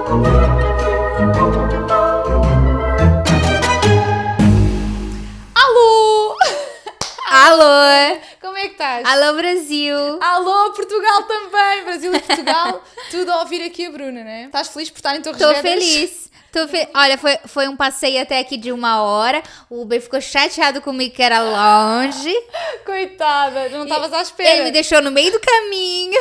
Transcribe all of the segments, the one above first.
Alô! Alô! Como é que estás? Alô, Brasil! Alô, Portugal também! Brasil e Portugal, tudo a ouvir aqui a Bruna, né? Estás feliz por estar em Torres Vedras? Tô feliz. Olha, foi um passeio até aqui de 1 hora. O Uber ficou chateado comigo que era longe. Coitada, não estavas à espera. Ele me deixou no meio do caminho.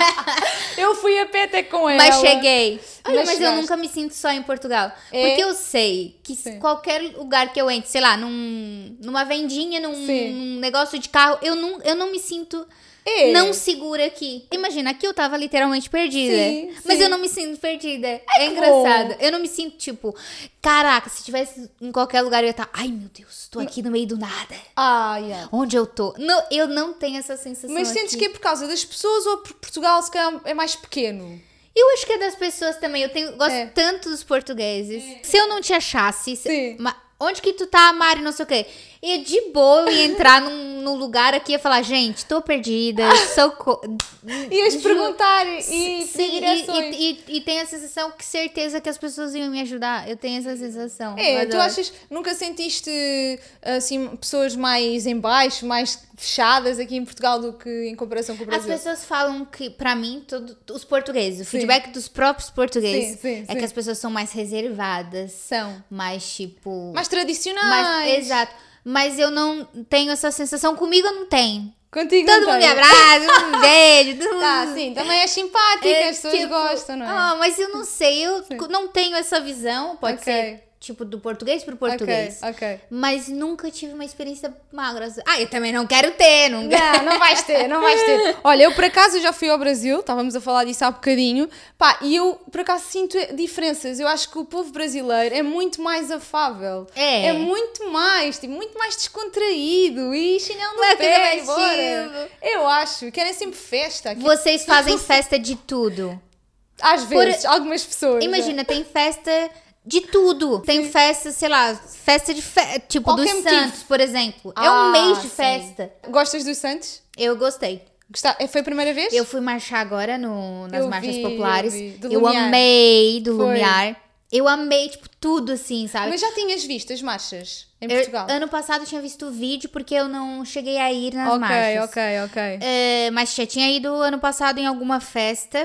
Eu fui a pé até com ela. Mas cheguei. Olha, mas eu chegaste. nunca me sinto só em Portugal. É? Porque eu sei que Sim. qualquer lugar que eu entre, sei lá, numa vendinha, Sim. num negócio de carro, eu não me sinto É. não segura aqui. Imagina, aqui eu tava literalmente perdida. Sim, Mas sim. eu não me sinto perdida. É engraçado. Eu não me sinto, tipo, caraca, se tivesse em qualquer lugar eu ia estar, ai meu Deus, tô aqui no meio do nada. Yeah. Onde eu tô? Não, eu não tenho essa sensação. Mas sentes aqui. que é por causa das pessoas ou por Portugal se calhar é mais pequeno? Eu acho que é das pessoas também. Gosto É. tanto dos portugueses. Se eu não te achasse... Sim. Onde que tu tá, Mari? Não sei o quê. E de boa eu ia entrar num lugar aqui e ia falar, gente, tô perdida, socorro. Ias Juro. perguntar e pedir Sim, direções. e tenho a sensação que certeza que as pessoas iam me ajudar. Eu tenho essa sensação. Eu É, tu adoro. achas, nunca sentiste assim pessoas mais em baixo, mais fechadas aqui em Portugal do que em comparação com o As Brasil? pessoas falam que, pra mim, os portugueses, o feedback dos próprios portugueses Sim, é que as pessoas são mais reservadas, São mais tipo... mais tradicionais. Exato. Mas eu não tenho essa sensação. Comigo eu não tenho. Contigo Todo não mundo me tem. abraça, um beijo. Todo mundo... Tá, sim, também é simpática, É, as pessoas tipo, gostam, não é? Mas eu não sei, eu não tenho essa visão. Pode Ok. ser, tipo, do português pro português. Ok. Mas nunca tive uma experiência magra. Eu também não quero ter. Não vais ter, não vais ter. Olha, eu por acaso já fui ao Brasil, estávamos a falar disso há bocadinho, pá, e eu por acaso sinto diferenças. Eu acho que o povo brasileiro é muito mais afável. É. muito mais, tipo, muito mais descontraído e chinelo no Uma coisa pé, mais embora. chill. Eu acho, querem sempre festa. Vocês fazem festa de tudo. Às vezes, algumas pessoas. Imagina, tem festa de tudo. Tem festa, sei lá, festa de tipo Qualquer dos motivo. Santos, por exemplo. É um mês de sim. festa. Gostas dos Santos? Eu gostei. Foi a primeira vez? Eu fui marchar agora nas Eu marchas vi, populares. eu vi. Do Eu Lumiar. amei do Foi. Lumiar. Eu amei, tipo, tudo assim, sabe? Mas já tinhas visto as marchas em Portugal? Ano passado eu tinha visto o vídeo porque eu não cheguei a ir nas marchas. Ok. Mas já tinha ido ano passado em alguma festa.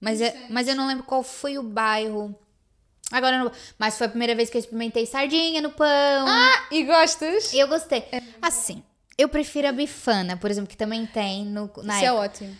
Mas eu não lembro qual foi o bairro. Agora eu não. Mas foi a primeira vez que eu experimentei sardinha no pão. E gostas? Eu gostei. Assim, eu prefiro a bifana, por exemplo, que também tem na Isso é época. ótimo.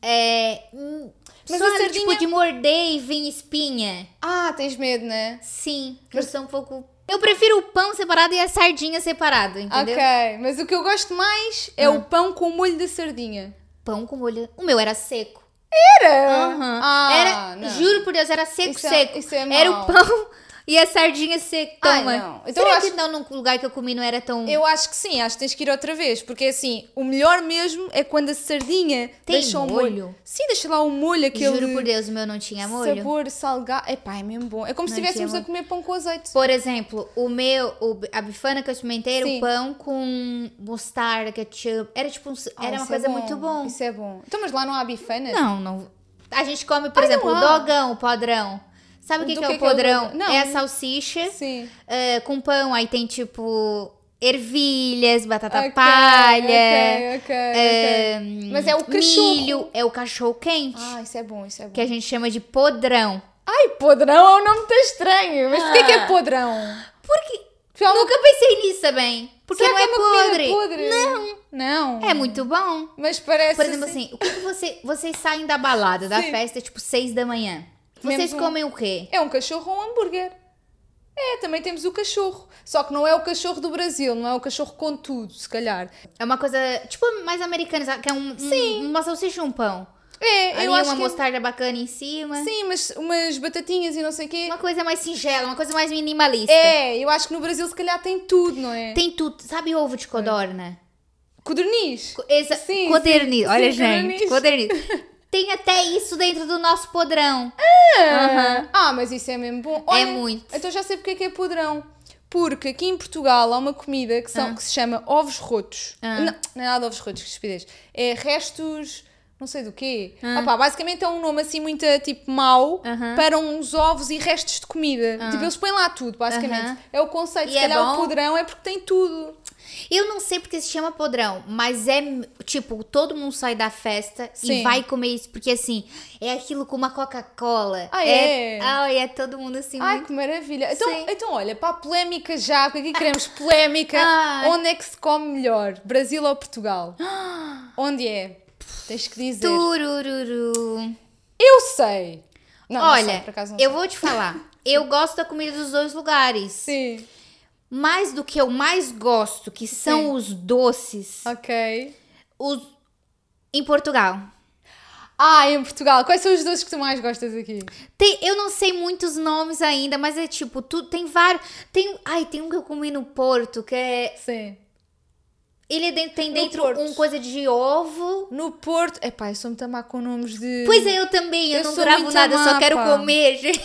Mas Mas só a sardinha- tipo de morder e vir espinha. Tens medo, né? Sim, eu sou um pouco... Eu prefiro o pão separado e a sardinha separada, entendeu? Ok, mas o que eu gosto mais é o pão com o molho da sardinha. Pão com molho... O meu era seco. Era? Aham. Era, não. juro por Deus, era seco, Isso é- seco. isso é Era mau. o pão e a sardinha seca. Toma. não. Então Será eu que acho- então num lugar que eu comi não era tão... Eu acho que sim, acho que tens que ir outra vez. Porque assim, o melhor mesmo é quando a sardinha Tem deixa o molho? Sim, deixa lá o molho, aquele Juro por Deus, o meu não tinha molho. sabor salgado. Epá, é mesmo bom. É como se Não estivéssemos tinha a comer pão com azeite. Por exemplo, a bifana que eu experimentei era Sim. o pão com mostarda, ketchup. Era tipo era uma Isso é coisa bom. muito bom. Isso é bom. Então, mas lá não há bifana? Não. A gente come, por exemplo, o não há. dogão, o podrão. Sabe o que Do é que o é que é o podrão? dogão? Não. É a salsicha Sim. com pão. Aí tem tipo ervilhas, batata Ok, palha, ok. Mas é o cachorro. milho. É o cachorro quente, Isso é bom. que a gente chama de podrão. Ai, podrão é um nome tão estranho. Mas porquê que é podrão? Porque Porque nunca pensei nisso também. Porque Será não que é uma comida podre. Não. É muito bom. Mas parece Por exemplo, assim, o que vocês saem da balada, da Sim. festa, tipo 6 da manhã? Vocês Comemos comem o quê? É um cachorro ou um hambúrguer. Também temos o cachorro. Só que não é o cachorro do Brasil, não é o cachorro com tudo, se calhar. É uma coisa, tipo, mais americana, sabe? Que é uma salsicha e um pão. Ali eu acho uma que... mostarda bacana em cima. Sim, mas umas batatinhas e não sei o quê. Uma coisa mais singela, uma coisa mais minimalista. Eu acho que no Brasil se calhar tem tudo, não é? Tem tudo. Sabe ovo de codorna? Codorniz. Sim, sim, coderniz. Olha, sim, gente, codorniz. coderniz. Tem até isso dentro do nosso podrão. Mas isso é mesmo bom. Olha, muito. Então já sei porque é podrão. Porque aqui em Portugal há uma comida que se chama ovos rotos. Não é nada de ovos rotos, que estupidez. É restos não sei do quê. Opá, basicamente é um nome assim muito tipo mau para uns ovos e restos de comida. Tipo, eles põem lá tudo, basicamente. É o conceito. E Se é calhar bom? o podrão é porque tem tudo. Eu não sei porque se chama podrão, mas é tipo, todo mundo sai da festa Sim. e vai comer isso, porque assim, é aquilo com uma Coca-Cola. Ah, é? Ai, é todo mundo assim. Ai, muito- que maravilha. Sim. Então, olha, para a polémica já, porque aqui queremos polémica. Ai. Onde é que se come melhor? Brasil ou Portugal? Onde é? Tens que dizer. Turururu. Eu sei. Não, não Olha, sei, por acaso não eu sei. vou te falar. Eu gosto da comida dos dois lugares. Sim. Mais do que eu mais gosto, que são Sim. os doces, Ok. os... em Portugal. Ah, em Portugal. Quais são os doces que tu mais gostas aqui? Eu não sei muitos nomes ainda, mas é tipo, tem vários. Tem um que eu comi no Porto, que é. Sim. Ele tem dentro Porto. um coisa de ovo. No Porto. Epá, eu sou muito a má com nomes de... Pois é, eu também, eu Eu não sou gravo muito nada, eu só má, quero pá. comer, gente.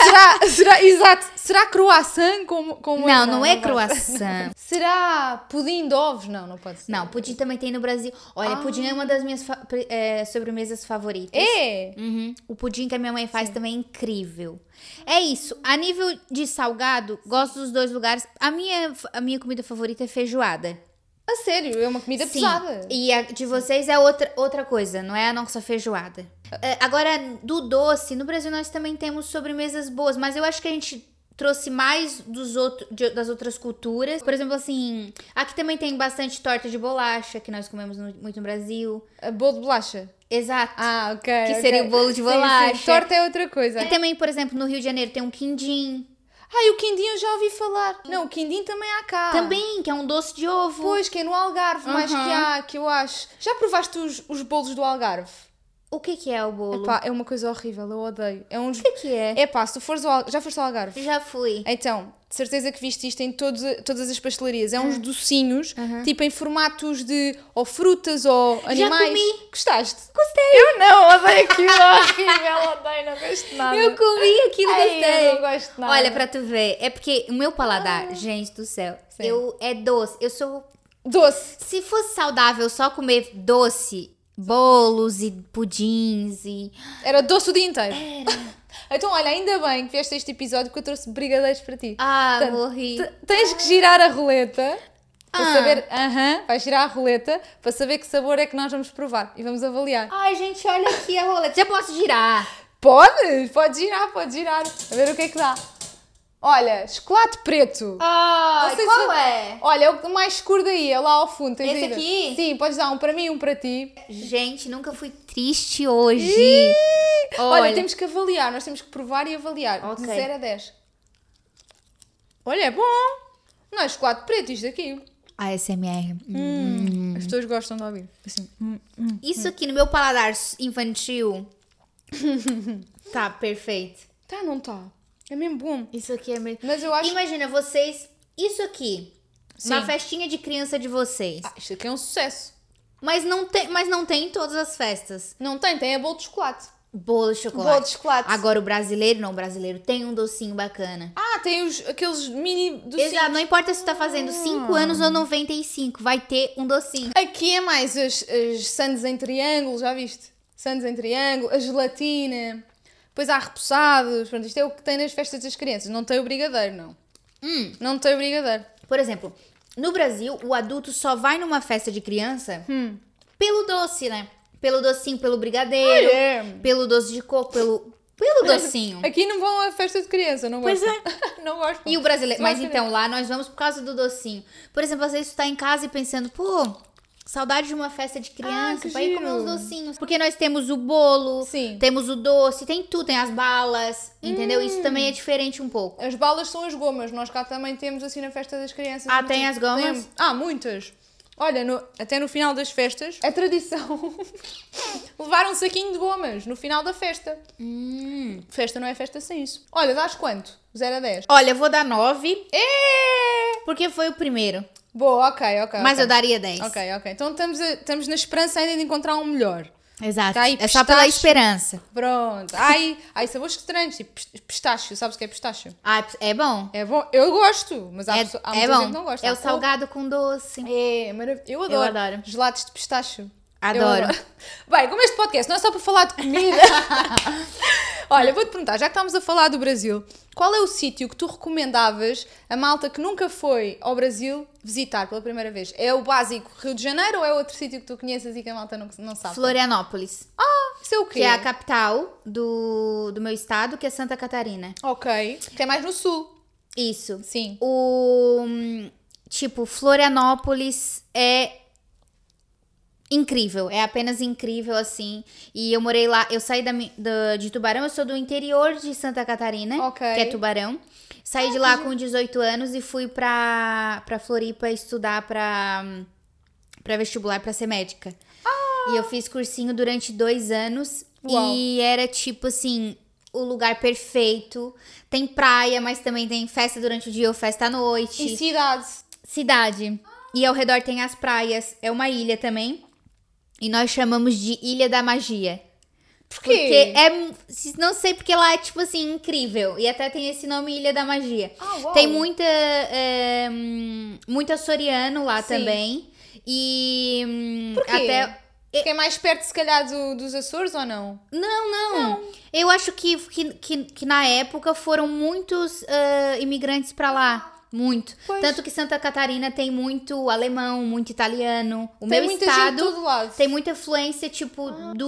Exato. Será croissant como Não é vai. croissant. Será pudim de ovos? Não, não pode ser. Não, pudim também tem no Brasil. Olha, pudim é uma das minhas sobremesas favoritas. É? Uhum. O pudim que a minha mãe faz também é incrível. É isso. A nível de salgado, gosto dos dois lugares. A minha comida favorita é feijoada. A sério, é uma comida Sim. pesada. E a de vocês é outra coisa, não é a nossa feijoada. Agora, do doce, no Brasil nós também temos sobremesas boas, mas eu acho que a gente trouxe mais das outras culturas. Por exemplo, assim, aqui também tem bastante torta de bolacha, que nós comemos muito no Brasil. Bolo de bolacha? Exato. Ah, ok. Que ok. seria o bolo de Sim, bolacha. sim. Torta é outra coisa. E também, por exemplo, no Rio de Janeiro tem um quindim. Ah, e o quindim eu já ouvi falar. Não, o quindim também há cá. Também, que é um doce de ovo. Pois, que é no Algarve, mais que há, que eu acho. Já provaste os bolos do Algarve? O que é o bolo? Epá, é uma coisa horrível, eu odeio. É uns... O que é? Epá, se tu fores ao Algarve... Já foste ao Algarve? Já fui. Então, de certeza que viste isto em todas as pastelarias. É uns docinhos, tipo em formatos de ou frutas ou animais. comi. Gostaste? Gostei. Eu não, odeio aquilo, horrível, odeio, não gosto de nada. Eu comi aquilo, Ai, gostei. eu não gosto de nada. Olha, pra tu ver, é porque o meu paladar, gente do céu, Sim. é doce. Eu sou... Doce. Se fosse saudável só comer doce, bolos e pudins e... Era doce o dia inteiro. Então, olha, ainda bem que vieste este episódio porque eu trouxe brigadeiros para ti. Ah, Portanto, morri. Tens que girar a roleta para Ah. saber... Vais girar a roleta para saber que sabor é que nós vamos provar e vamos avaliar. Ai, gente, olha aqui a roleta. Já posso girar? Pode girar. A ver o que é que dá. Olha, chocolate preto. Ah, Não sei qual se- é? Olha, é o mais escuro daí, é lá ao fundo. Tens Esse aí. aqui? Sim, podes dar um para mim e um para ti. Gente, nunca fui triste hoje. Olha, temos que avaliar, nós temos que provar e avaliar. Ok. De 0 a 10. Olha, é bom. Não é chocolate preto isto aqui. ASMR. As pessoas gostam de ouvir. Assim. Isso aqui no meu paladar infantil tá perfeito. Tá, não tá. É mesmo bom. Isso aqui é mesmo. Mas eu acho... Imagina vocês, isso aqui, uma Sim. festinha de criança de vocês. Ah, isto aqui é um sucesso. Mas não tem em todas as festas. Não tem, é bolo de chocolate. Bolo de chocolate. Bolo de chocolate. Agora o brasileiro tem um docinho bacana. Ah, tem aqueles mini docinhos. Exato, não importa se tá fazendo 5 anos ou 95, vai ter um docinho. Aqui é mais as sandes em triângulo, já viste? Sandes em triângulo, a gelatina, depois há repousados, pronto, isto é o que tem nas festas das crianças, não tem o brigadeiro, não. Não tem o brigadeiro. Por exemplo, no Brasil, o adulto só vai numa festa de criança pelo doce, né? Pelo docinho, pelo brigadeiro, pelo doce de coco, pelo docinho. Aqui não vão a festa de criança, não Pois gosto. Não gosto. E o brasileiro, Só mas a então lá nós vamos por causa do docinho. Por exemplo, às vezes tu tá em casa e pensando, pô, saudade de uma festa de criança, que vai ir giro. comer uns docinhos. Porque nós temos o bolo, Sim. temos o doce, tem tudo, tem as balas, entendeu? Isso também é diferente um pouco. As balas são as gomas, nós cá também temos assim na festa das crianças. Ah, Não tem sei. as gomas? Temos. Ah, muitas. Olha, até no final das festas, é tradição levar um saquinho de gomas no final da festa. Festa não é festa sem isso. Olha, dás quanto? 0 a 10? Olha, eu vou dar 9, É! porque foi o primeiro. Boa, ok. Mas ok. eu daria 10. Ok. Então estamos na esperança ainda de encontrar um melhor. Exato. Tá aí, É só pela pistache. esperança. Pronto. Ai, sabores estranhos, tipo pistácio. Sabes o que é pistácio? Ah, é bom. É bom? Eu gosto, mas há É muita bom. gente que não gosta. É o Há salgado com doce. É maravilhoso. Eu adoro. adoro. Gelados de pistacho. Adoro. Bem, como este podcast não é só para falar de comida. Olha, vou-te perguntar, já que estamos a falar do Brasil, qual é o sítio que tu recomendavas a malta que nunca foi ao Brasil visitar pela primeira vez? É o básico Rio de Janeiro ou é outro sítio que tu conheças e que a malta não sabe? Florianópolis. Isso é o quê? Que é a capital do meu estado, que é Santa Catarina. Ok, que é mais no sul. Isso. Sim. Tipo, Florianópolis é incrível, é apenas incrível, assim. E eu morei lá, eu saí de Tubarão, eu sou do interior de Santa Catarina, Ok. que é Tubarão. Saí de lá com 18 anos e fui pra Floripa estudar pra vestibular pra ser médica. E eu fiz cursinho durante 2 anos. Uau. E era tipo assim, o lugar perfeito. Tem praia, mas também tem festa durante o dia ou festa à noite. E cidade? Cidade. E ao redor tem as praias. É uma ilha também. E nós chamamos de Ilha da Magia. Por Porque quê? não sei porque lá é tipo assim, incrível. E até tem esse nome Ilha da Magia. Uau. Tem muito açoriano lá Sim. também. E Por quê? até... Porque é mais perto, se calhar, dos Açores ou não? Não. Eu acho que na época foram muitos imigrantes pra lá. Muito. Pois. Tanto que Santa Catarina tem muito alemão, muito italiano. O Tem meu muita gente estado de todo lado. tem muita influência, tipo,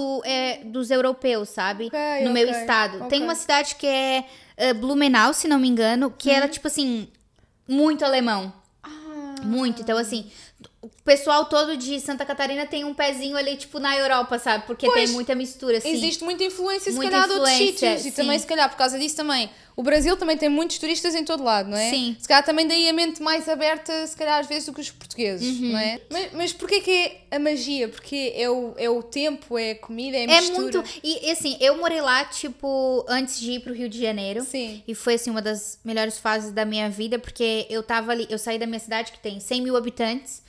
dos europeus, sabe? Ok, no meu ok, estado. ok. Tem uma cidade que é Blumenau, se não me engano, que era, tipo assim, muito alemão. Muito. Então, assim, o pessoal todo de Santa Catarina tem um pezinho ali, tipo, na Europa, sabe? Porque Pois. tem muita mistura, assim. Existe muita influência, se Muita calhar, de outros influência, sítios. E sim. também, se calhar, por causa disso também. O Brasil também tem muitos turistas em todo lado, não é? Sim. Se calhar também daí a mente mais aberta, se calhar, às vezes, do que os portugueses, Uhum. não é? Mas porquê que é a magia? Porque é o tempo, é a comida, é a É mistura? muito. E assim, eu morei lá, tipo, antes de ir pro Rio de Janeiro. Sim. E foi, assim, uma das melhores fases da minha vida, porque eu tava ali, eu saí da minha cidade, que tem 100 mil habitantes.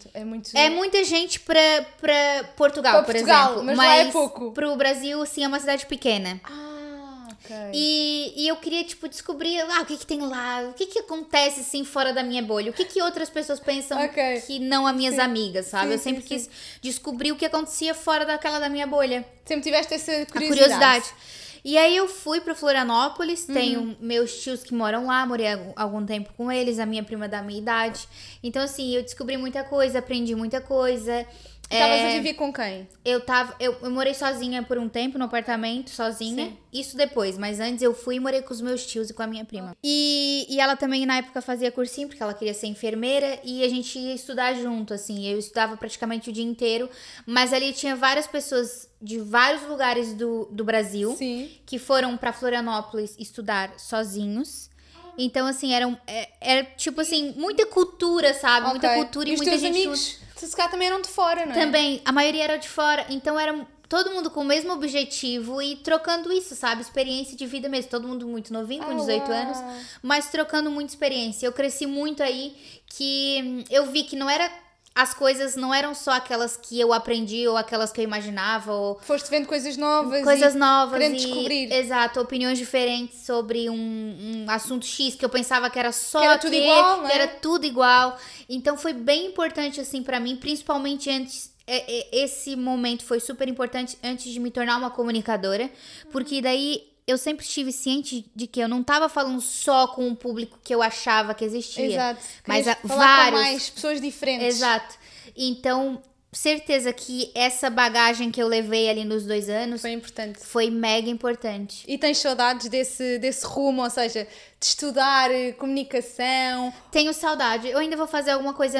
É muita gente pra Portugal, Pra por Portugal, exemplo. mas lá é pouco. Pro Brasil, assim, é uma cidade pequena. Ok. E eu queria, tipo, descobrir o que tem lá, o que acontece, assim, fora da minha bolha. O que outras pessoas pensam Ok. que não as minhas amigas, sabe? Sim, Eu sempre sim, quis descobrir o que acontecia fora daquela da minha bolha. Sempre tiveste essa A curiosidade. curiosidade. E aí eu fui pra Florianópolis, tenho meus tios que moram lá, morei algum tempo com eles, a minha prima da minha idade. Então, assim, eu descobri muita coisa, aprendi muita coisa. Estavas a viver com quem? Eu morei sozinha por um tempo no apartamento, sozinha. Sim. Isso depois, mas antes eu fui e morei com os meus tios e com a minha prima. E ela também na época fazia cursinho, porque ela queria ser enfermeira, e a gente ia estudar junto, assim. Eu estudava praticamente o dia inteiro, mas ali tinha várias pessoas de vários lugares do Brasil Sim. que foram pra Florianópolis estudar sozinhos. Então, assim, era tipo assim, muita cultura, sabe? Muita Ok. cultura e os muita teus gente amigos, se calhar, também eram de fora, não é? também, a maioria era de fora, então era todo mundo com o mesmo objetivo e trocando isso, sabe? Experiência de vida mesmo. Todo mundo muito novinho, com 18 uau. anos, mas trocando muita experiência. Eu cresci muito aí que eu vi que as coisas não eram só aquelas que eu aprendi ou aquelas que eu imaginava ou Foste vendo coisas novas. coisas e novas querendo e descobrir. exato, opiniões diferentes sobre um assunto X que eu pensava que era só Que era tudo igual, não é? que era tudo igual. Então foi bem importante assim pra mim, principalmente antes esse momento foi super importante antes de me tornar uma comunicadora, porque daí eu sempre estive ciente de que eu não tava falando só com o público que eu achava que existia. Exato. Mas Querias falar vários. com mais pessoas diferentes. Exato. Então, certeza que essa bagagem que eu levei ali nos 2 anos Foi importante. foi mega importante. E tens saudades desse rumo, ou seja, de estudar comunicação. Tenho saudade. Eu ainda vou fazer alguma coisa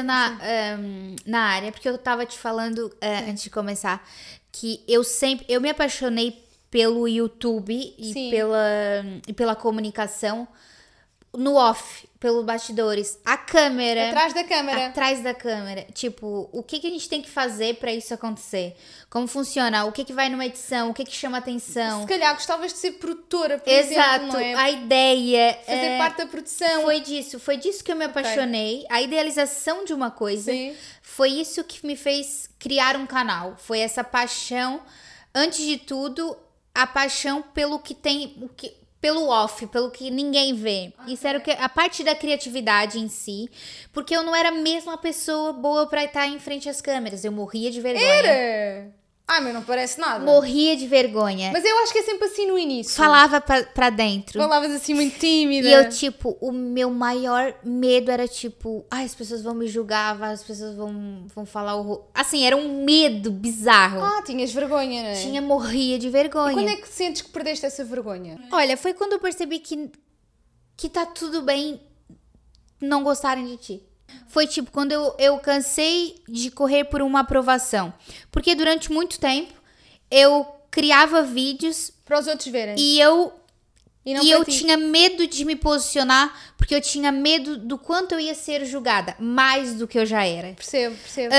na área, porque eu tava te falando antes de começar que eu me apaixonei pelo YouTube Sim. e pela comunicação no off, pelos bastidores. A câmera. Atrás da câmara. Atrás da câmera. Tipo, o que a gente tem que fazer pra isso acontecer? Como funciona? O que vai numa edição? O que chama atenção? Se calhar gostavas de ser produtora, por Exato. exemplo, não é? A ideia. Fazer parte da produção. Foi disso que eu me apaixonei. A idealização de uma coisa. Sim. Foi isso que me fez criar um canal. Foi essa paixão, antes de tudo, a paixão pelo que tem, pelo off, pelo que ninguém vê. Isso era a parte da criatividade em si, porque eu não era mesmo uma pessoa boa pra estar em frente às câmeras. Eu morria de vergonha. Era! Ah, mas não parece nada. Morria de vergonha. Mas eu acho que é sempre assim no início. Falava pra dentro. Falavas assim muito tímida. E eu, tipo, o meu maior medo era, tipo, ai, as pessoas vão me julgar, as pessoas vão falar horror. Assim, era um medo bizarro. Ah, tinhas vergonha, não é? Morria de vergonha. E quando é que sentes que perdeste essa vergonha? Olha, foi quando eu percebi que tá tudo bem não gostarem de ti. Foi tipo quando eu cansei de correr por uma aprovação. Porque durante muito tempo eu criava vídeos Para os outros verem. e eu não tinha medo de me posicionar, porque eu tinha medo do quanto eu ia ser julgada, mais do que eu já era. Percebo.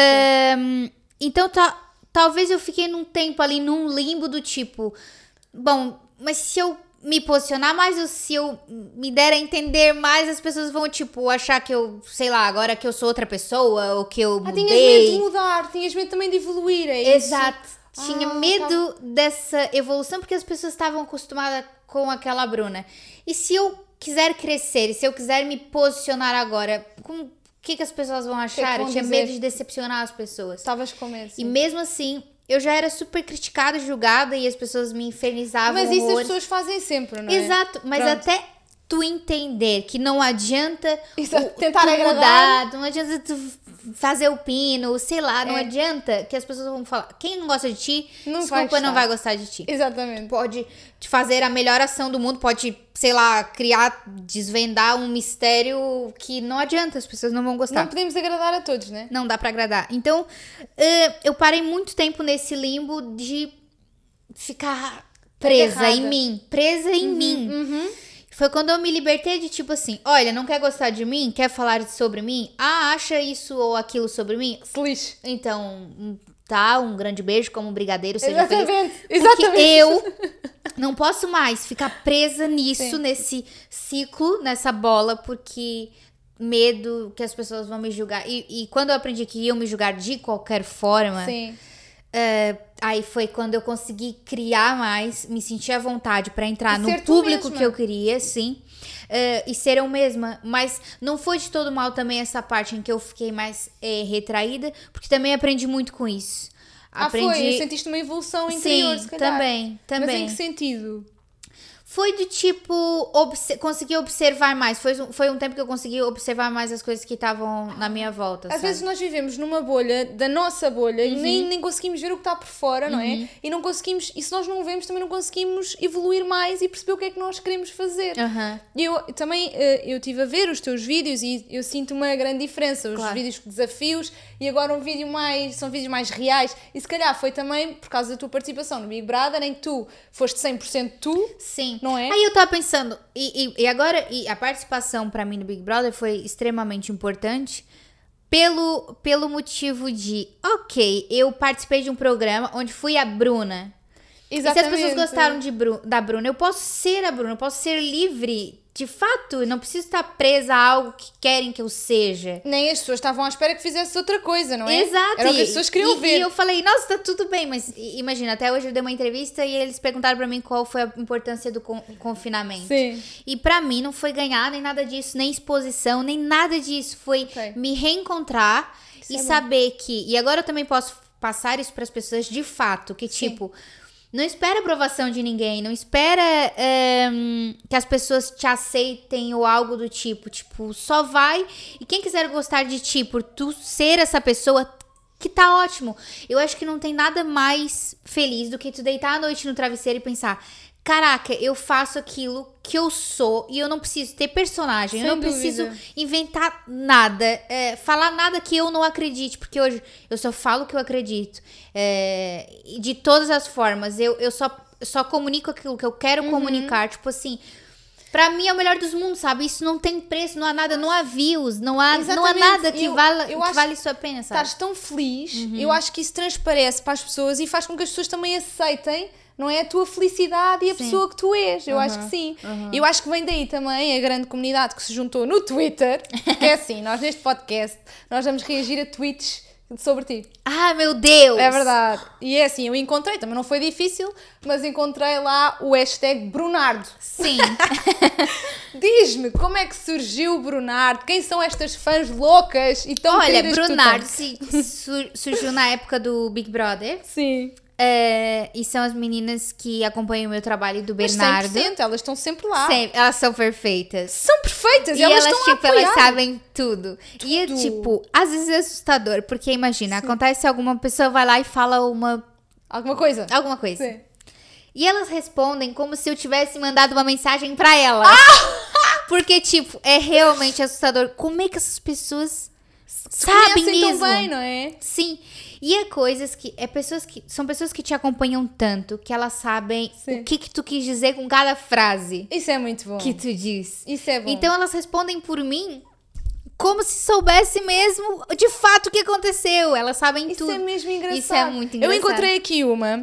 Então talvez eu fiquei num tempo ali, num limbo do tipo, bom, mas se eu me posicionar mais, ou se eu me der a entender mais, as pessoas vão, tipo, achar que eu, sei lá, agora que eu sou outra pessoa, ou que eu mudei. Tinhas medo de mudar, tinhas medo também de evoluir, é isso? Exato. Tinha medo dessa evolução, porque as pessoas estavam acostumadas com aquela Bruna. E se eu quiser crescer, e se eu quiser me posicionar agora, o que as pessoas vão achar? Eu tinha medo de decepcionar as pessoas. Estavas com medo. E mesmo assim, eu já era super criticada, julgada, e as pessoas me infernizavam. Mas isso as pessoas fazem sempre, não é? Exato, mas Pronto. até tu entender que não adianta tentar tu agradar. mudar, não adianta tu fazer o pino, sei lá, não adianta que as pessoas vão falar. Quem não gosta de ti, desculpa, não vai gostar de ti. Exatamente. Pode te fazer a melhor ação do mundo, pode, sei lá, desvendar um mistério que não adianta, as pessoas não vão gostar. Não podemos agradar a todos, né? Não dá pra agradar. Então, eu parei muito tempo nesse limbo de ficar presa Agarrada. em mim. Presa em mim. Foi quando eu me libertei de tipo assim, olha, não quer gostar de mim? Quer falar sobre mim? Ah, acha isso ou aquilo sobre mim? Se lixe. Então, tá, um grande beijo como um brigadeiro, seja feliz. Porque Exatamente. eu não posso mais ficar presa nisso, nesse ciclo, nessa bola, porque medo que as pessoas vão me julgar. E quando eu aprendi que iam me julgar de qualquer forma, Sim. aí foi quando eu consegui criar mais, me sentir à vontade pra entrar E no ser tu público mesma. que eu queria, sim. E ser eu mesma. Mas não foi de todo mal também essa parte em que eu fiquei mais retraída, porque também aprendi muito com isso. Foi? Sentiste uma evolução interior, Sim, se calhar. também. Mas em que sentido? Foi do tipo, conseguir observar mais. Foi um tempo que eu consegui observar mais as coisas que estavam na minha volta, Às sabe? vezes nós vivemos numa bolha, da nossa bolha, e nem conseguimos ver o que está por fora, não é? E não conseguimos, e se nós não o vemos, também não conseguimos evoluir mais e perceber o que é que nós queremos fazer. Eu também, eu estive a ver os teus vídeos e eu sinto uma grande diferença. Os vídeos com desafios e agora são vídeos mais reais. E se calhar foi também por causa da tua participação no Big Brother, em que tu foste 100% tu. Sim. Não é? Aí eu tava pensando, e agora a participação pra mim no Big Brother foi extremamente importante pelo motivo de, ok, eu participei de um programa onde fui a Bruna. Exatamente. E se as pessoas gostaram da Bruna, eu posso ser a Bruna, eu posso ser livre, de fato, eu não preciso estar presa a algo que querem que eu seja. Nem as pessoas estavam à espera que fizesse outra coisa, não é? Exato. Era o que as pessoas queriam ver. E eu falei, nossa, tá tudo bem, mas imagina, até hoje eu dei uma entrevista e eles perguntaram pra mim qual foi a importância do confinamento. Sim. E pra mim não foi ganhar nem nada disso, nem exposição, nem nada disso. Foi me reencontrar e saber que... E agora eu também posso passar isso pras pessoas de fato, que tipo... Não espera aprovação de ninguém, não espera que as pessoas te aceitem ou algo do tipo. Tipo, só vai. E quem quiser gostar de ti por tu ser essa pessoa, que tá ótimo. Eu acho que não tem nada mais feliz do que tu deitar à noite no travesseiro e pensar... Caraca, eu faço aquilo que eu sou e eu não preciso ter personagem, eu não preciso inventar nada, falar nada que eu não acredite, porque hoje eu só falo o que eu acredito, de todas as formas, eu só comunico aquilo que eu quero comunicar, tipo assim, pra mim é o melhor dos mundos, sabe? Isso não tem preço, não há nada, não há views, não há nada que vale sua pena, sabe? Estás tão feliz, eu acho que isso transparece para as pessoas e faz com que as pessoas também aceitem, não é, a tua felicidade e a pessoa que tu és. Eu acho que sim. Eu acho que vem daí também a grande comunidade que se juntou no Twitter, porque é assim, nós neste podcast, nós vamos reagir a tweets sobre ti. Ah, meu Deus! É verdade. E é assim, eu encontrei, também não foi difícil, mas encontrei lá o hashtag Brunardo. Sim. Diz-me, como é que surgiu o Brunardo? Quem são estas fãs loucas e tão Olha, queridas que tu Brunardo tens? surgiu na época do Big Brother. Sim. E são as meninas que acompanham o meu trabalho do Mas Bernardo. 100%, elas estão sempre lá. Sempre, elas são perfeitas. São perfeitas, E elas elas, estão a tipo, elas apoiar. sabem tudo. E é, tipo, às vezes é assustador, porque imagina, acontece alguma pessoa vai lá e fala Alguma coisa? alguma coisa. Sim. E elas respondem como se eu tivesse mandado uma mensagem pra elas. Porque, tipo, é realmente assustador. Como é que essas pessoas sabem Conhecem mesmo? tão bem, não é? Sim. E é coisas que... São pessoas que te acompanham tanto que elas sabem Sim. o que tu quis dizer com cada frase Isso é muito bom. que tu diz. Isso é bom. Então elas respondem por mim como se soubesse mesmo de fato o que aconteceu. Elas sabem Isso tudo. é mesmo engraçado. Isso é muito engraçado. Eu encontrei aqui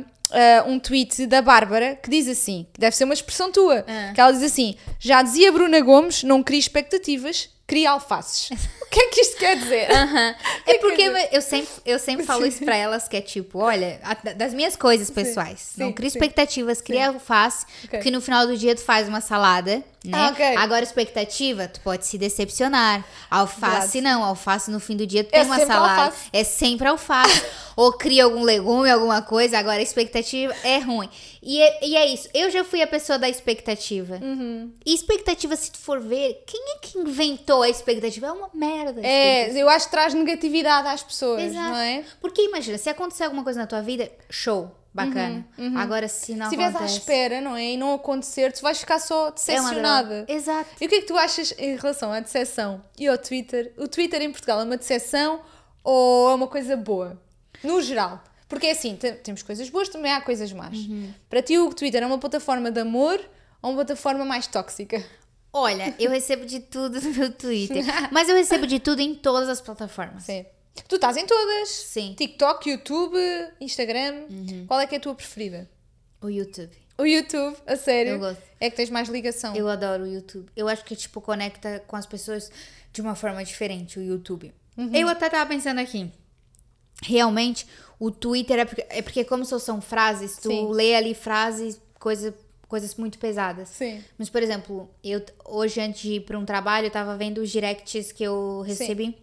um tweet da Bárbara que diz assim, que deve ser uma expressão tua, que ela diz assim, já dizia Bruna Gomes, não cria expectativas, cria alfaces. O que é que isto quer dizer? É porque eu sempre falo isso pra elas, que é tipo, olha, das minhas coisas pessoais. sim, Não cria sim. expectativas, cria alface, porque no final do dia tu faz uma salada, né? Ah, ok. Agora, expectativa, tu pode se decepcionar. Alface Verdade. não, alface no fim do dia tu tem uma sempre salada. alface. É sempre alface. Ou cria algum legume, alguma coisa, agora a expectativa é ruim. E é isso, eu já fui a pessoa da expectativa. E expectativa, se tu for ver, quem é que inventou a expectativa? É uma merda. a expectativa. Eu acho que traz negatividade às pessoas, Exato. não é? Porque imagina, se acontecer alguma coisa na tua vida, show, bacana. Agora, se não Se estiveres à acontece... espera, não é? E não acontecer, tu vais ficar só é uma decepcionada. droga. Exato. E o que é que tu achas em relação à decepção e ao Twitter? O Twitter em Portugal é uma decepção ou é uma coisa boa? No geral. Porque é assim, temos coisas boas, também há coisas más. Para ti o Twitter é uma plataforma de amor ou uma plataforma mais tóxica? Olha, eu recebo de tudo no meu Twitter. Mas eu recebo de tudo em todas as plataformas. Sim. Tu estás em todas? Sim. TikTok, YouTube, Instagram. Qual é que é a tua preferida? O YouTube. O YouTube, a sério? Eu gosto. É que tens mais ligação. Eu adoro o YouTube. Eu acho que, tipo, conecta com as pessoas de uma forma diferente, o YouTube. Eu até tava pensando aqui. Realmente, o Twitter é porque como são frases, tu Sim. lê ali frases, coisas muito pesadas. Sim. Mas, por exemplo, hoje, antes de ir para um trabalho, eu tava vendo os directs que eu recebi.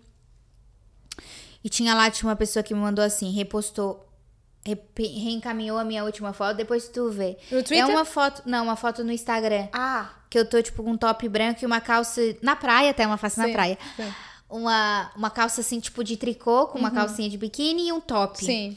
E tinha uma pessoa que me mandou assim, repostou, reencaminhou a minha última foto, depois tu vê. No Twitter? É uma foto, não, uma foto no Instagram. Ah, Que eu tô, tipo, com um top branco e uma calça, na praia até, uma face na Sim, praia. sim. Uma calça, assim, tipo, de tricô, com uma calcinha de biquíni e um top. sim.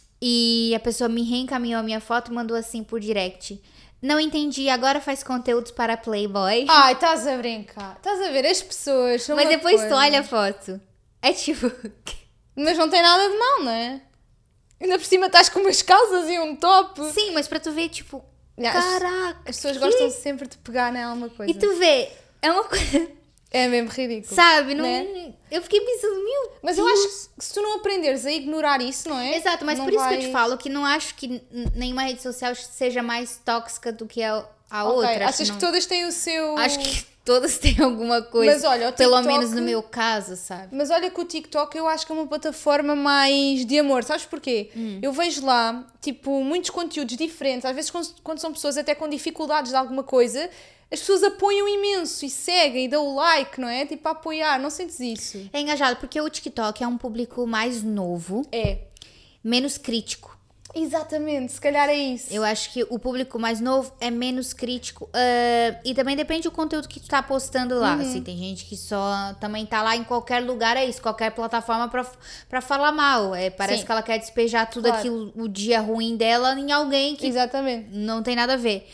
E a pessoa me reencaminhou a minha foto e mandou assim por direct. Não entendi, agora faz conteúdos para Playboy. Ai, estás a brincar. Estás a ver, as pessoas são Mas uma depois coisa. tu olha a foto. É tipo... Mas não tem nada de mal, não é? Ainda por cima estás com umas calças e um top. Sim, mas pra tu ver, tipo... As- Caraca! As pessoas que- gostam sempre de pegar em alguma coisa. E tu vê, é uma coisa... É mesmo ridículo. Sabe? Não, Né? eu fiquei pensando, meu Mas eu acho que se tu não aprenderes a ignorar isso, não é? Exato, mas Não por isso que eu te vais- falo que não acho que nenhuma rede social seja mais tóxica do que a Ok, outra. achas não- que todas têm o seu... Acho que todas têm alguma coisa. Mas olha, o pelo TikTok- menos no meu caso, sabe? Mas olha que o TikTok eu acho que é uma plataforma mais de amor, sabes porquê? Eu vejo lá, tipo, muitos conteúdos diferentes, às vezes quando são pessoas até com dificuldades de alguma coisa, as pessoas apoiam imenso e seguem e dão o like, não é? Tipo, a apoiar, não sentes isso? É engajado, porque o TikTok é um público mais novo, É, menos crítico. exatamente, se calhar é isso. Eu acho que o público mais novo é menos crítico. E também depende do conteúdo que tu tá postando lá. Assim, tem gente que só também tá lá em qualquer lugar, é isso, qualquer plataforma pra falar mal. Parece Sim. que ela quer despejar tudo Claro. aquilo, o dia ruim dela em alguém que Exatamente. não tem nada a ver.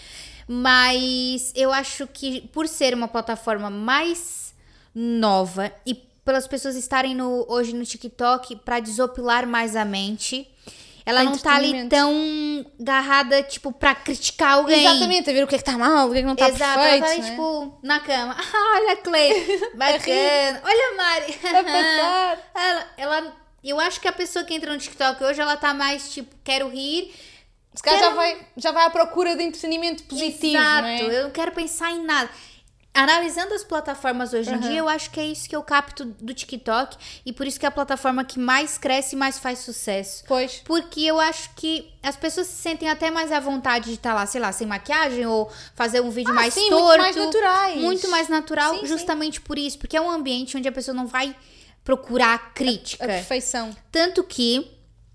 Mas eu acho que por ser uma plataforma mais nova e pelas pessoas estarem hoje no TikTok pra desopilar mais a mente, ela Pra não tá ali entretenimento. tão agarrada, tipo, pra criticar alguém. Exatamente, a ver o que é que está mal, o que é que não está Exato, perfeito, ela tá ali, não é? tipo, na cama. Ah, olha a Clay, bacana. Olha a Mari. A passar. Eu acho que a pessoa que entra no TikTok hoje, ela tá mais, tipo, quero rir. Se calhar já vai à procura de entretenimento positivo, Exato, não é? eu não quero pensar em nada. analisando as plataformas hoje em dia, eu acho que é isso que eu capto do TikTok. E por isso que é a plataforma que mais cresce e mais faz sucesso. Pois. Porque eu acho que as pessoas se sentem até mais à vontade de estar lá, sei lá, sem maquiagem ou fazer um vídeo mais sim, torto. muito mais naturais. Muito mais natural, Sim, justamente por isso. Porque é um ambiente onde a pessoa não vai procurar crítica. A perfeição. Tanto que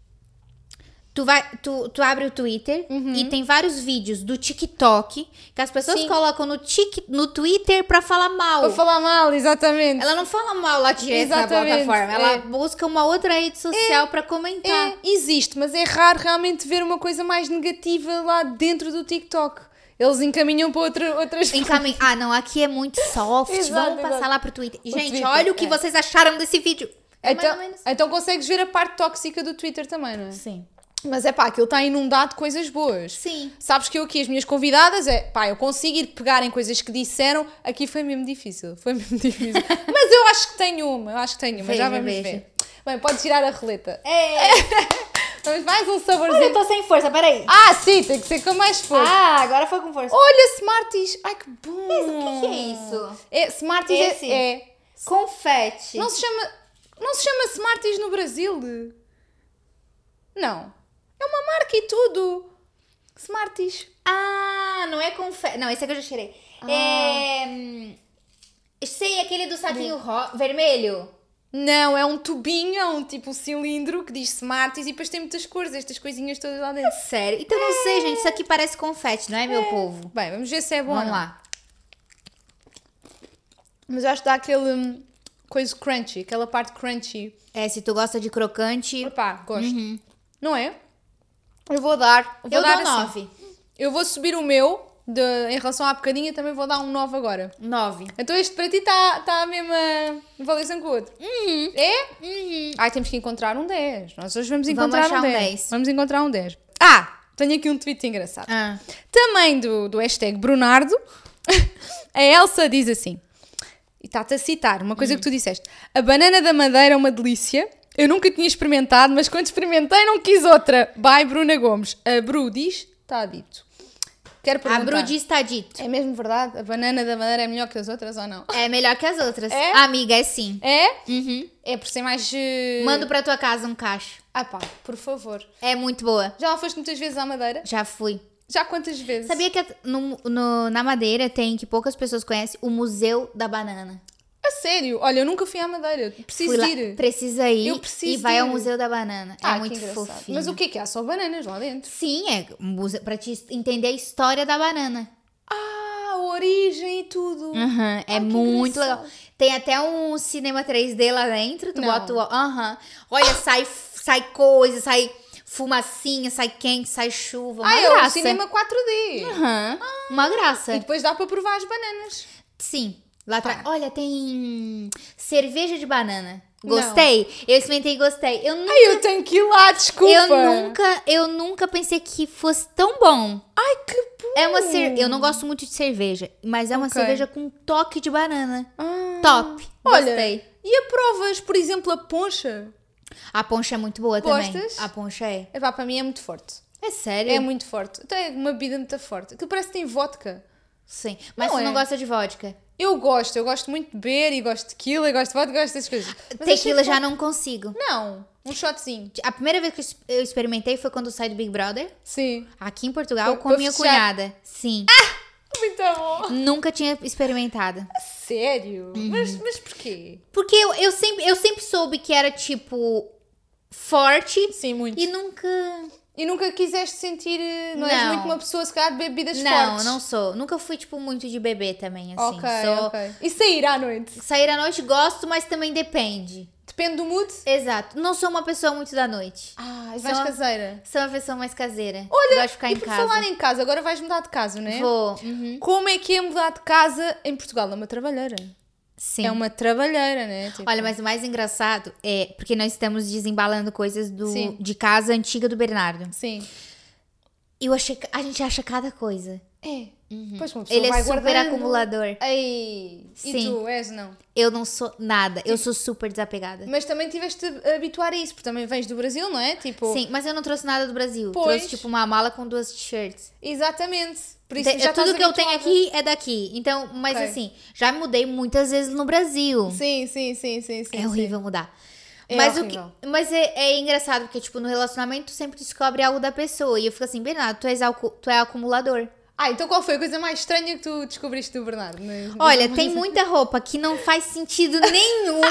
tu abre o Twitter e tem vários vídeos do TikTok que as pessoas Sim. colocam no Twitter pra falar mal. Pra falar mal, exatamente. Ela não fala mal lá direto na Exatamente, plataforma. Ela busca uma outra rede social pra comentar. Existe, mas é raro realmente ver uma coisa mais negativa lá dentro do TikTok. Eles encaminham para outras Ah, não, aqui é muito soft. Exato, Vamos passar exato. lá pro Twitter. Gente, Twitter, olha o que vocês acharam desse vídeo. É mais ou menos. Então consegues ver a parte tóxica do Twitter também, não é? Sim. Mas é pá, aquilo está inundado de coisas boas. Sim. Sabes que eu aqui, as minhas convidadas, eu consigo ir pegar em coisas que disseram, aqui foi mesmo difícil. Mas eu acho que tenho uma, já vamos ver. Bem, pode tirar a roleta. Vamos mais um saborzinho. Olha, eu tô sem força, peraí. Ah, sim, tem que ser com mais força. Agora foi com força. Olha, Smarties. Ai, que bom. O que é isso? Smarties Esse? é... Confete. Não se chama Smarties no Brasil? Não. É uma marca e tudo. Smarties. Não é confete. Não, esse aqui eu já cheirei. Sei, aquele do saquinho vermelho. Não, é um tubinho, é um tipo cilindro que diz Smarties e depois tem muitas cores, estas coisinhas todas lá dentro. Sério? Então não sei, gente. Isso aqui parece confete, não é, meu povo? Bem, vamos ver se é bom. Vamos ou não. lá. Mas eu acho que dá aquele coisa crunchy, aquela parte crunchy. Se tu gosta de crocante, Epá, gosto. Não é? Eu vou dar. eu dar dou assim. 9. Eu vou subir o meu em relação à bocadinha, também vou dar um 9 agora. 9. Então este para ti está a mesma avaliação que o outro. É? Ai, temos que encontrar um 10. Nós hoje vamos encontrar achar um um 10. 10. Vamos encontrar um 10. Tenho aqui um tweet engraçado. Também do hashtag Brunardo. A Elsa diz assim, e está-te a citar uma coisa que tu disseste: a banana da Madeira é uma delícia. Eu nunca tinha experimentado, mas quando experimentei não quis outra. Bye, Bruna Gomes. A Bru diz, está dito. Quero perguntar. A Brudi está dito. É mesmo verdade? A banana da Madeira é melhor que as outras ou não? É melhor que as outras. É? Amiga, é sim. É? Uhum. É por ser mais... Mando pra tua casa um cacho. Pá, por favor. É muito boa. Já lá foste muitas vezes à Madeira? Já fui. Já quantas vezes? Sabia que na Madeira tem, que poucas pessoas conhecem, o Museu da Banana. A sério? Olha, eu nunca fui à Madeira. Preciso Fui lá, ir. precisa ir Eu preciso e vai ir. ao Museu da Banana. É Que muito engraçado. fofinho. Mas o que é que há? Só bananas lá dentro? Sim, é um museu pra te entender a história da banana. A origem e tudo. Uhum, é que muito engraçado. legal. Tem até um cinema 3D lá dentro. Tu Não. bota o... Olha, sai coisa, sai fumacinha, sai quente, sai chuva. Uma É o graça. cinema 4D. Uma graça. E depois dá para provar as bananas. Sim. Lá atrás. Olha, tem cerveja de banana. Gostei. Eu experimentei e gostei. Eu tenho que ir lá, desculpa. Eu nunca pensei que fosse tão bom. Ai, que bom. Eu não gosto muito de cerveja, mas é uma Ok. cerveja com toque de banana. Top. Olha, Gostei. e aprovas, por exemplo, a poncha? A poncha é muito boa também. Gostas? A poncha é. Para mim é muito forte. É sério? É muito forte. Então é uma bebida muito forte. Aquilo parece que tem vodka. Sim. Mas Não tu é? não gosta de vodka? Eu gosto muito de beber e gosto de tequila, e gosto de vodka, gosto dessas coisas. Mas Tequila achei já não consigo. Não, um shotzinho. A primeira vez que eu experimentei foi quando eu saí do Big Brother, Sim. aqui em Portugal, Pra com minha festejar. cunhada. Sim. Muito bom. Nunca tinha experimentado. Sério? Mas porquê? Porque eu sempre soube que era, tipo, forte Sim, muito. e nunca... E nunca quiseste sentir... Não és Não. muito uma pessoa, se calhar, de bebidas Não, fortes. não sou. Nunca fui, tipo, muito de beber também, assim. Ok. E sair à noite? Sair à noite gosto, mas também depende. Depende do mood? Exato. Não sou uma pessoa muito da noite. És Sou- mais caseira. Sou uma pessoa mais caseira. Olha, gosto de ficar e em por casa. falar em casa, agora vais mudar de casa, não é? Vou. Como é que é mudar de casa em Portugal? É uma trabalheira. Sim. É uma trabalheira, né? Tipo, Olha, mas o mais engraçado é porque nós estamos desembalando coisas Sim. de casa antiga do Bernardo. Sim. A gente acha cada coisa. É. Pois uma pessoa Ele vai é super guardando. acumulador. Ei, e Sim. tu és, não? Eu não sou nada. Eu sou super desapegada. Mas também tiveste a habituar a isso, porque também vens do Brasil, não é? Tipo, Sim, mas eu não trouxe nada do Brasil. Pois. Trouxe tipo uma mala com 2 t-shirts. exatamente. Por isso já Tudo estás que eu tenho habituada. aqui é daqui. Então, mas Ok. assim, já mudei muitas vezes no Brasil. Sim. É horrível mudar. É Mas, horrível. mas é engraçado, porque, tipo, no relacionamento tu sempre descobre algo da pessoa. E eu fico assim, Bernardo, tu é acumulador. Ah, então qual foi a coisa mais estranha que tu descobriste do Bernardo? Olha, tem muita roupa que não faz sentido nenhum.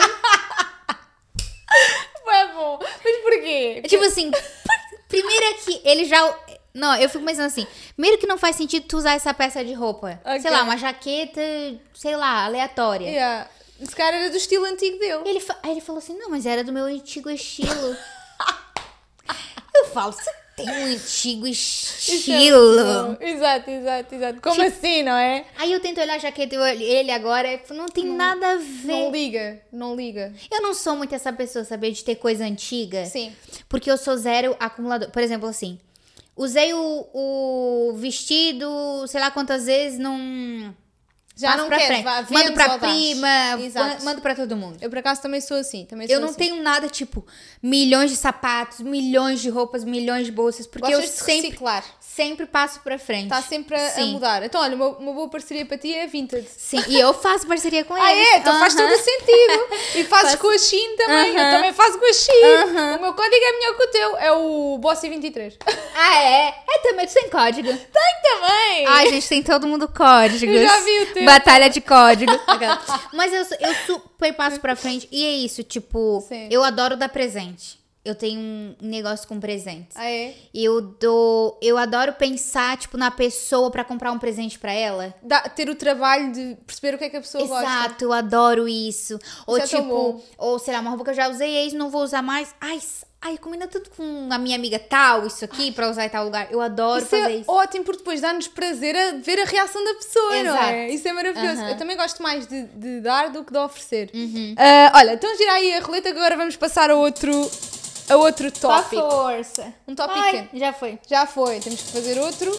É bom. Mas porquê? Tipo assim, primeiro é que ele já... Não, eu fico pensando assim, primeiro que não faz sentido tu usar essa peça de roupa. Ok. Sei lá, uma jaqueta, sei lá, aleatória. Yeah. Esse cara era do estilo antigo dele. Aí ele falou assim, não, mas era do meu antigo estilo. Eu falo, você tem um antigo estilo. Exato. Como assim, não é? Aí eu tento olhar a jaqueta e ele agora, eu falo, não tem nada a ver. Não liga. Eu não sou muito essa pessoa, saber de ter coisa antiga. Sim. Porque eu sou zero acumulador. Por exemplo, assim, usei o vestido, sei lá quantas vezes, não... Já passo não pra queres, frente. vá, Mando vendes pra ou dás. prima, Exato. mando pra todo mundo. Eu por acaso também sou assim. Eu não tenho nada, tipo, milhões de sapatos, milhões de roupas, milhões de bolsas, porque Gostas eu de sempre, reciclar. sempre passo pra frente. Está sempre a Sim. mudar. Então, olha, uma boa parceria para ti é a Vinted. Sim, e eu faço parceria com Ah, eles. é? Então faz todo o sentido. E fazes com a Shein também. Eu também faço com a Shein. O meu código é melhor que o teu. É o Bossy23. Ah, é? É também, tu tem código. Tem também. Ai, gente, tem todo mundo códigos. Eu já vi o teu. Batalha de código. Mas eu super passo pra frente. E é isso, tipo, Sim. eu adoro dar presente. Eu tenho um negócio com presentes. Ah, é? Eu adoro pensar, tipo, na pessoa pra comprar um presente pra ela. Ter o trabalho de perceber o que é que a pessoa gosta. Exato, eu adoro isso. Ou Isso é tão bom. tipo, ou sei lá, uma roupa que eu já usei e não vou usar mais. Ai, combina tanto com a minha amiga tal, isso aqui, pra usar em tal lugar. Eu adoro Isso fazer é isso. ótimo, porque depois dá-nos prazer a ver a reação da pessoa, não é? Exato. Isso é maravilhoso. Uhum. Eu também gosto mais de dar do que de oferecer. Olha, então gira aí a roleta que agora vamos passar a outro tópico. força. Um tópico Ai, pequeno. já foi. Já foi, temos que fazer outro.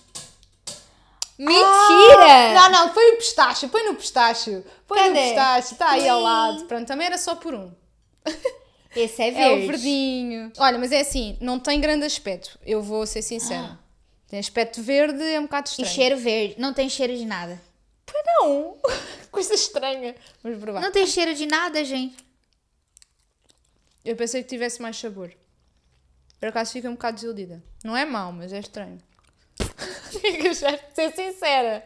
Mentira! Não, foi o pistache, põe no pistache. Põe no Cadê? pistache, está aí ao Ui. lado. Pronto, também era só por um. Esse é verde. É o verdinho. Olha, mas é assim, não tem grande aspecto. Eu vou ser sincera. Tem aspecto verde, é um bocado E estranho. cheiro verde. Não tem cheiro de nada. Não, coisa estranha. Vamos provar. Não tem cheiro de nada, gente. Eu pensei que tivesse mais sabor. Por acaso fica um bocado desiludida. Não é mau, mas é estranho. Já ser sincera.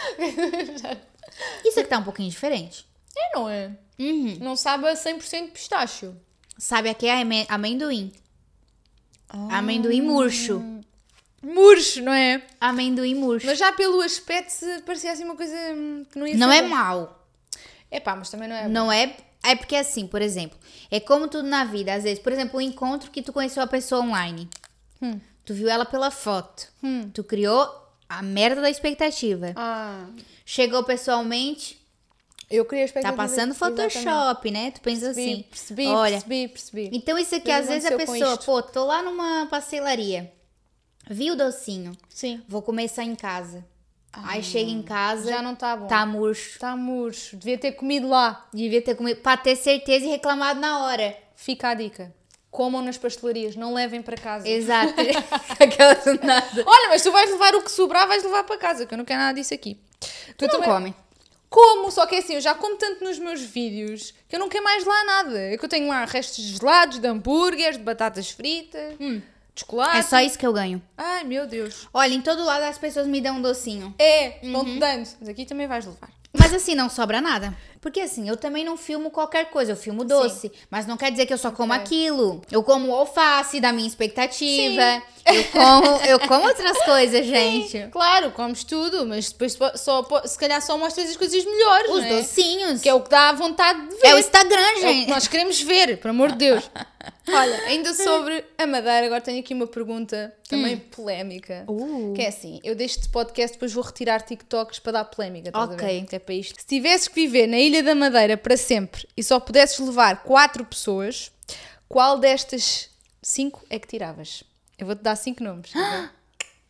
Isso aqui tá um pouquinho diferente. É, não é? Uhum. Não sabe a 100% pistacho. Sabe, aqui é amendoim. Amendoim murcho. Murcho, não é? Amendoim murcho. Mas já pelo aspecto parecia assim uma coisa que não ia Não ser é bom. mau. Epá, mas também não é Não é... É porque assim, por exemplo, é como tudo na vida. Às vezes, por exemplo, um encontro que tu conheceu a pessoa online. Tu viu ela pela foto. Tu criou a merda da expectativa. Ah, Chegou pessoalmente, eu queria tá expectativa. passando Photoshop, né? Tu pensa assim. Olha, Percebi. então isso aqui, Mas às vezes a aconteceu com pessoa, isto. pô, tô lá numa pastelaria. Vi o docinho. Sim. Vou começar em casa. Aí chega em casa, Já não está bom. tá murcho. Está murcho. Devia ter comido lá. Devia ter comido, pra ter certeza e reclamado na hora. Fica a dica. Comam nas pastelarias, não levem para casa. Exato. Aquela do nada. Olha, mas tu vais levar o que sobrar, vais levar para casa, que eu não quero nada disso aqui. Tu não come. Como, só que é assim, eu já como tanto nos meus vídeos que eu não quero mais lá nada. É que eu tenho lá restos de gelados, de hambúrgueres, de batatas fritas, de chocolate. É só isso que eu ganho. Ai, meu Deus. Olha, em todo lado as pessoas me dão um docinho. Vão-te dando. Mas aqui também vais levar. Mas assim, não sobra nada. Porque assim, eu também não filmo qualquer coisa, eu filmo doce. Mas não quer dizer que eu só como aquilo. Eu como alface da minha expectativa. Eu como outras coisas, gente. Claro, comes tudo, mas depois se calhar só mostras as coisas melhores, Os não é? docinhos. Que é o que dá vontade de ver. É o Instagram, É o que gente. nós queremos ver, por amor de Deus. Olha, ainda sobre a Madeira, agora tenho aqui uma pergunta também polémica. Que é assim, eu deste podcast, depois vou retirar TikToks para dar polémica, estás a ver? Ok. Que é para isto. Se tivesses que viver na Ilha da Madeira para sempre e só pudesses levar 4 pessoas, qual destas 5 é que tiravas? Eu vou-te dar 5 nomes. Tá bem?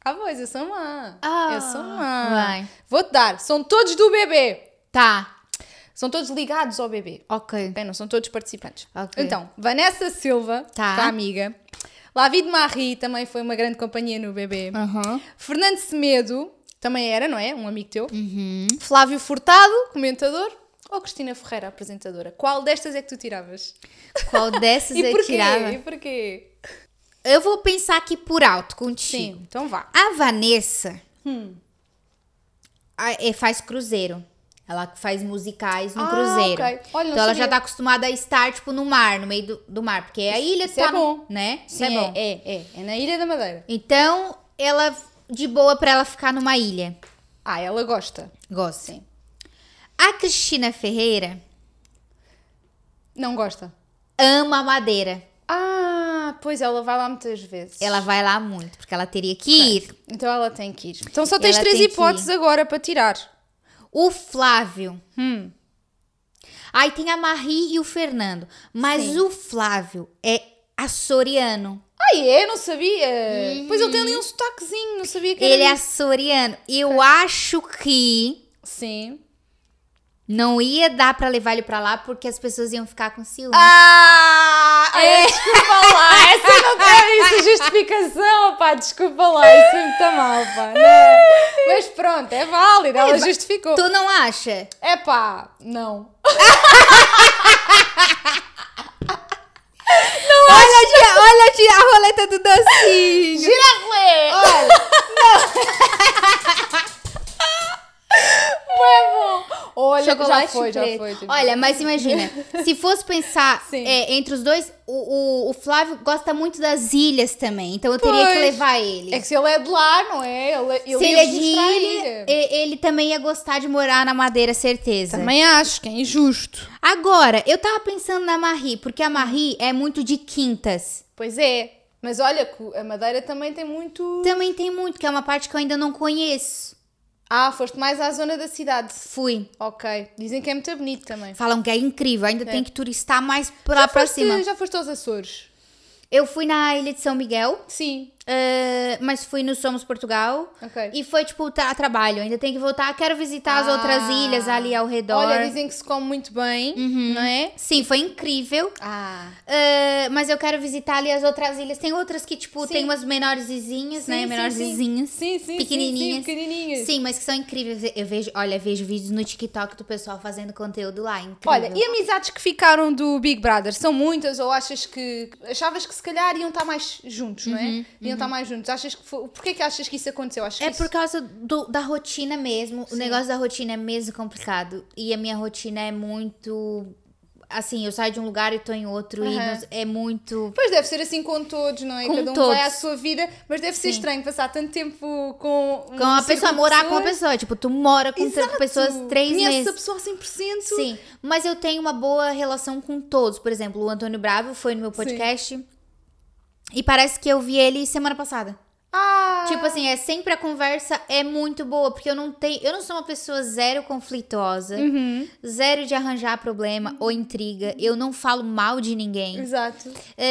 Ah, pois, eu sou má. Ah, eu sou má. vai. Vou-te dar. São todos do bebê. Tá. São todos ligados ao bebê. Ok. Bem, não são todos participantes. Ok. Então, Vanessa Silva, Tá. tua amiga. Lavid Marie também foi uma grande companhia no bebê. Uhum. Fernando Semedo, também era, não é? Um amigo teu. Uhum. Flávio Furtado, comentador. Ou Cristina Ferreira, apresentadora. Qual destas é que tu tiravas? Qual dessas E eu porquê? tirava? E porquê? Eu vou pensar aqui por alto contigo. Sim, então vá. A Vanessa faz cruzeiro. Ela faz musicais no cruzeiro. ok. Olha, não então ela sabia. já tá acostumada a estar, tipo, no mar, no meio do mar. Porque a ilha Isso tá é bom. né? Isso Sim, é bom. É na Ilha da Madeira. Então, ela, de boa pra ela ficar numa ilha. Ah, ela gosta. Gosta. Sim. A Cristina Ferreira Não gosta. ama a Madeira. Ah, pois ela vai lá muitas vezes. Ela vai lá muito, porque ela teria que ir. Então ela tem que ir. Então só tens Ela 3 tem que hipóteses agora para tirar. O Flávio. Aí tem a Marie e o Fernando. Mas Sim. o Flávio é açoriano. Ah, é? Não sabia. Pois ele tem ali um sotaquezinho, não sabia que era. Ele é açoriano. Eu acho que Sim. não ia dar pra levar ele pra lá porque as pessoas iam ficar com ciúme. Desculpa lá, essa não tem isso, justificação, pá, desculpa lá, isso é muito mal, pá, não. Mas pronto, é válido, ela justificou. Tu não acha? É pá, não. Olha a roleta do docinho. Gira-lhe! Olha, É bom. Olha, chocolate já preto. foi. Tipo. Olha, mas imagina, se fosse pensar Sim. entre os dois, o Flávio gosta muito das ilhas também. Então eu teria que Pois. levar ele. É que se ele é de lá, não é? Ele Se ele ia é de mostrar a ilha, ele também ia gostar de morar na Madeira, certeza. Também acho que é injusto. Agora, eu tava pensando na Marie, porque a Marie é muito de quintas. Pois é. Mas olha, que a Madeira também tem muito... Também tem muito, que é uma parte que eu ainda não conheço. Ah, foste mais à zona da cidade. Fui. Ok. Dizem que é muito bonito também. Falam que é incrível, ainda tem que turistar mais lá pra cima. Já foste aos Açores? Eu fui na ilha de São Miguel, Sim. mas fui no Somos Portugal. Ok. E foi, tipo, a trabalho. Ainda tenho que voltar. Quero visitar as outras ilhas ali ao redor. Olha, dizem que se come muito bem, não é? Sim, foi incrível. Ah. Mas eu quero visitar ali as outras ilhas. Tem outras que, tipo, Sim. tem umas menores vizinhas, né? Sim, Menores sim. vizinhas. Sim, sim, Pequenininhas. sim, pequenininhas. Sim, mas que são incríveis. Eu vejo vídeos no TikTok do pessoal fazendo conteúdo lá. Incrível. Olha, e amizades que ficaram do Big Brother? São muitas ou achavas que se calhar iam estar mais juntos, não é? Iam estar mais juntos. Achas que porquê que achas que isso aconteceu? Acho que É isso... por causa da rotina mesmo. O negócio da rotina é mesmo complicado. E a minha rotina é muito... Assim, eu saio de um lugar e tô em outro. E é muito... Pois deve ser assim com todos, não é? Com Cada um todos. vai à sua vida, mas deve ser estranho passar tanto tempo com uma pessoa, morar com uma pessoa. Tipo, tu mora com Exato. pessoas 3 Conheces meses. a pessoa a 100%. Sim, mas eu tenho uma boa relação com todos. Por exemplo, o Antônio Bravo foi no meu podcast. E parece que eu vi ele semana passada. Ah! Tipo assim, sempre a conversa é muito boa, porque eu não sou uma pessoa zero conflituosa, zero de arranjar problema ou intriga. Eu não falo mal de ninguém. Exato.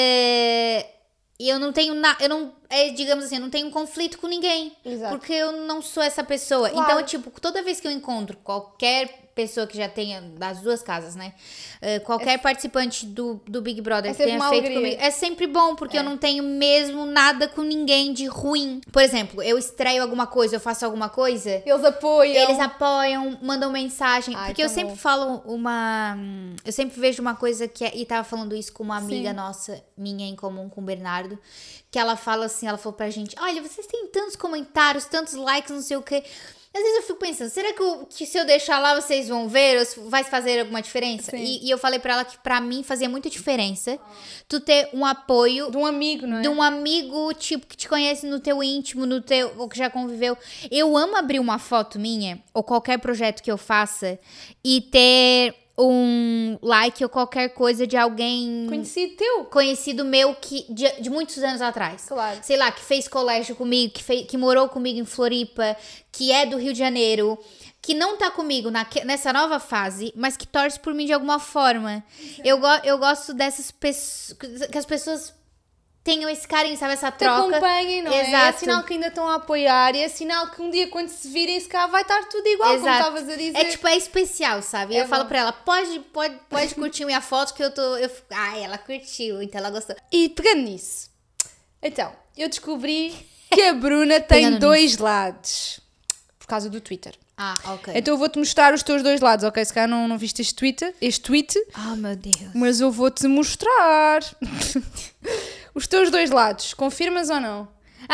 E eu não tenho digamos assim, eu não tenho conflito com ninguém. Exato. Porque eu não sou essa pessoa. Claro. Então, tipo, toda vez que eu encontro qualquer pessoa que já tenha das duas casas, né? Qualquer participante do Big Brother que sempre tenha uma feito alegria. comigo. É sempre bom, porque eu não tenho mesmo nada com ninguém de ruim. Por exemplo, eu estreio alguma coisa, eu faço alguma coisa. Eles apoiam. Eles apoiam, mandam mensagem. Ai, porque eu tão sempre bom. falo eu sempre vejo uma coisa e tava falando isso com uma amiga nossa, minha em comum com o Bernardo, que ela fala assim, ela falou pra gente, olha, vocês têm tantos comentários, tantos likes, não sei o quê. Às vezes eu fico pensando, será que se eu deixar lá vocês vão ver, ou vai fazer alguma diferença? E eu falei pra ela que pra mim fazia muita diferença tu ter um apoio De um amigo, não é? de um amigo, tipo, que te conhece no teu íntimo, ou que já conviveu. Eu amo abrir uma foto minha, ou qualquer projeto que eu faça, e ter um like ou qualquer coisa de alguém Conhecido teu. conhecido meu de muitos anos atrás. Claro. Sei lá, que fez colégio comigo, que morou comigo em Floripa, que é do Rio de Janeiro, que não tá comigo nessa nova fase, mas que torce por mim de alguma forma. Eu gosto dessas pessoas, que as pessoas tenham esse carinho, sabe? Essa te troca. acompanhem, não é? Exato. É sinal que ainda estão a apoiar e é sinal que um dia quando se virem, se cá vai estar tudo igual, como Exato. estavas a dizer. É tipo, é especial, sabe? É Eu falo bom. pra ela, pode curtir minha foto que eu tô... ela curtiu, então ela gostou. E pegando nisso, então, eu descobri que a Bruna tem Pegando dois lados. Por causa do Twitter. Ah, ok. Então eu vou-te mostrar os teus dois lados, ok? Se calhar não viste este tweet, Oh, meu Deus. mas eu vou-te mostrar. Os teus dois lados, confirmas ou não?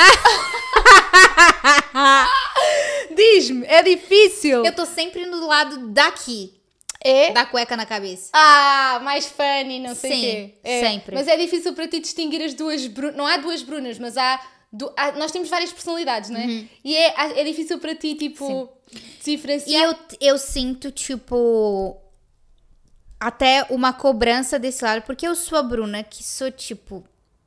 Diz-me, é difícil. Eu tô sempre no lado daqui, É? da cueca na cabeça. Ah, mais funny, não sei o Sim, quê. É. sempre. Mas é difícil para ti distinguir as duas Brunas. Não há duas Brunas, mas nós temos várias personalidades, não é? E é difícil para ti, tipo, E diferenciar. eu sinto, tipo, até uma cobrança desse lado, porque eu sou a Bruna, que sou, tipo,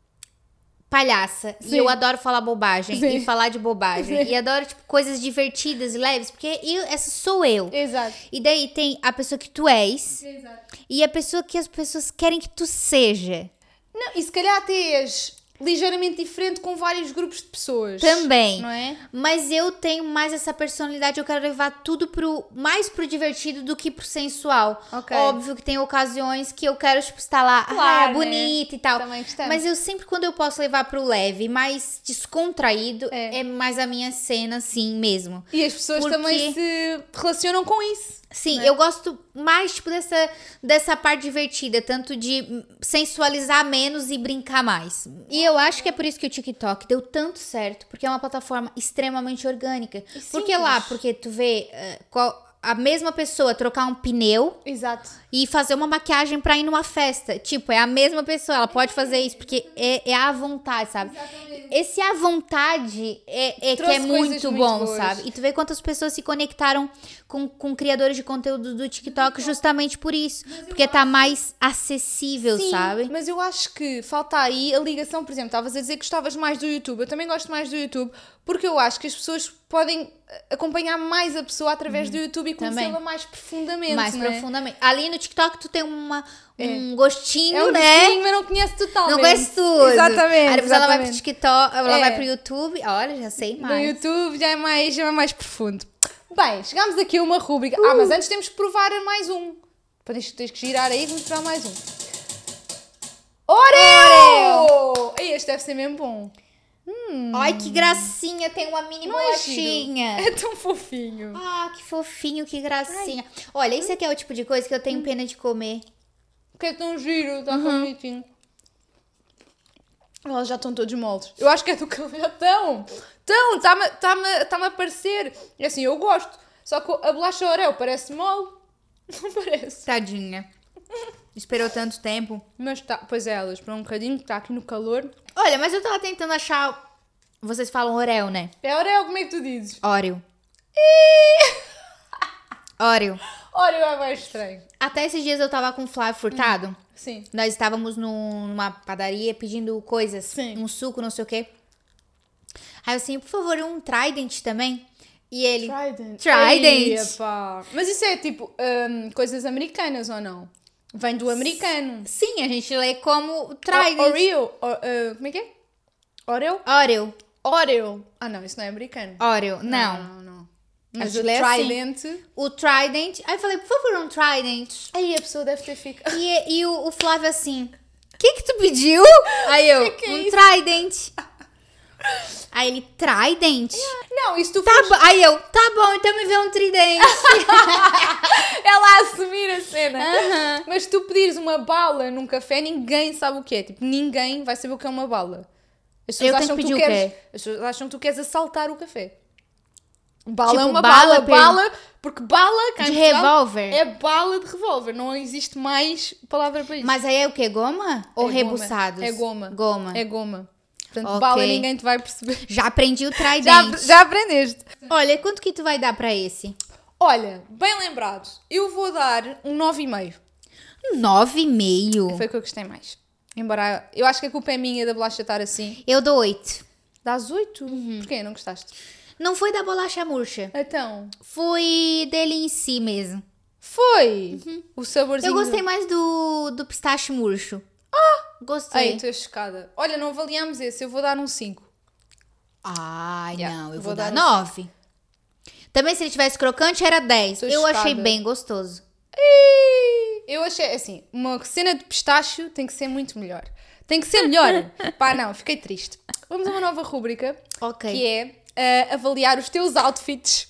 palhaça. Sim. E eu adoro falar bobagem Sim. e falar de bobagem. Sim. E adoro, tipo, coisas divertidas e leves, porque essa sou eu. Exato. E daí tem a pessoa que tu és Exato. e a pessoa que as pessoas querem que tu seja. Não, e se calhar até és ligeiramente diferente com vários grupos de pessoas. Também. Não é? Mas eu tenho mais essa personalidade, eu quero levar tudo mais pro divertido do que pro sensual. Ok. Óbvio que tem ocasiões que eu quero, tipo, estar lá, Claro, né? bonita e tal. Também gostamos. Mas eu sempre, quando eu posso levar pro leve, mais descontraído, É. é mais a minha cena, assim, mesmo. E as pessoas Porque- também se relacionam com isso. Sim, Né? eu gosto mais, tipo, dessa parte divertida, tanto de sensualizar menos e brincar mais. E eu acho que é por isso que o TikTok deu tanto certo, porque é uma plataforma extremamente orgânica. Porque simples. lá, porque tu vê a mesma pessoa trocar um pneu Exato. e fazer uma maquiagem pra ir numa festa. Tipo, é a mesma pessoa, ela pode fazer isso, porque é à vontade, sabe? Exatamente. Esse à vontade é que Trouxe é coisas muito muito bom, boas. sabe? E tu vê quantas pessoas se conectaram com criadores de conteúdo do TikTok justamente por isso. Porque tá mais acessível, Sim, sabe? mas eu acho que falta aí a ligação, por exemplo, estavas a dizer que gostavas mais do YouTube. Eu também gosto mais do YouTube, porque eu acho que as pessoas podem acompanhar mais a pessoa através do YouTube e Também. conhecê-la mais profundamente. Mais não é? profundamente. Ali no TikTok tu tem um gostinho, É um né? gostinho, mas não conhece totalmente. Não conhece tudo. Exatamente. Aí depois ela vai pro exatamente. TikTok, ela É. vai pro YouTube. Olha, já sei No mais. YouTube já é mais profundo. Bem, chegámos aqui a uma rúbrica. Mas antes temos que provar mais um. Tens que girar aí e vamos provar mais um. Oreo! Ei, este deve ser mesmo bom. Ai, que gracinha, tem uma mini Não é giro? bolachinha. É tão fofinho. Ah, que fofinho, que gracinha. Olha, esse aqui é o tipo de coisa que eu tenho pena de comer. Porque é tão giro, está tão bonitinho. Elas já estão todos moldes. Eu acho que é do que já estão. Está-me a parecer. É assim, eu gosto. Só que a bolacha Oreo parece mole. Não parece. Tadinha. Esperou tanto tempo. Mas tá, pois é, elas, para um bocadinho, está aqui no calor. Olha, mas eu tava tentando achar... Vocês falam Oreo, né? É Oreo, como é que tu dizes? Oreo. Oreo. Oreo é mais estranho. Até esses dias eu tava com o Flávio Furtado. Sim. Nós estávamos numa padaria pedindo coisas. Sim. Um suco, não sei o quê. Aí eu assim, por favor, um Trident também. E ele... Trident. Trident. Ei, epá. Mas isso é tipo coisas americanas ou não? Vem do americano. Sim, a gente lê como Trident. Oreo. Como é que é? Oreo? Oreo. Oreo. Ah, não, isso não é americano. Oreo. Não. Não. A Mas gente o lê assim. Trident. O Trident. Aí eu falei, por favor, um Trident. Aí a pessoa deve ter ficado. E o Flávio assim, o que tu pediu? Aí eu, Que é um isso? Trident. Aí ele, Trident? Não, isso tu Tá foste bom. Aí eu, tá bom, então me vê um tridente. ela a assumir a cena. Aham. Mas se tu pedires uma bala num café, ninguém sabe o que é. Tipo, ninguém vai saber o que é uma bala. As pessoas Eu tenho acham que que tu pedir o queres. quê? As pessoas acham que tu queres assaltar o café. Bala Tipo, é uma bala bala, porque bala cá em De Portugal, revólver? é bala de revólver. Não existe mais palavra para isso. Mas aí é o quê? Goma? Ou É rebuçados? Goma. É goma. Goma. É goma. Portanto, Ok. bala ninguém te vai perceber. Já aprendi o Trident. Já aprendeste. Olha, quanto que tu vai dar pra esse? Olha, bem lembrado. Eu vou dar um 9,5. 9,5. Foi o que eu gostei mais. Embora eu acho que a culpa é minha da bolacha estar assim. Eu dou 8. Dás 8? Uhum. Porquê? Não gostaste? Não foi da bolacha murcha. Então, Foi dele em si mesmo. foi o saborzinho. Eu gostei mais do pistache murcho. Gostei. Ei, estou chocada. Olha, não avaliamos esse, eu vou dar um 5. Ai, Yeah, não, eu vou vou dar dar 9. Também se ele tivesse crocante era 10. Tô Eu chocada. achei bem gostoso. Eu achei, assim, uma cena de pistácio tem que ser muito melhor. Tem que ser melhor. Pá, não, fiquei triste. Vamos a uma nova rúbrica, Ok. que é avaliar os teus outfits.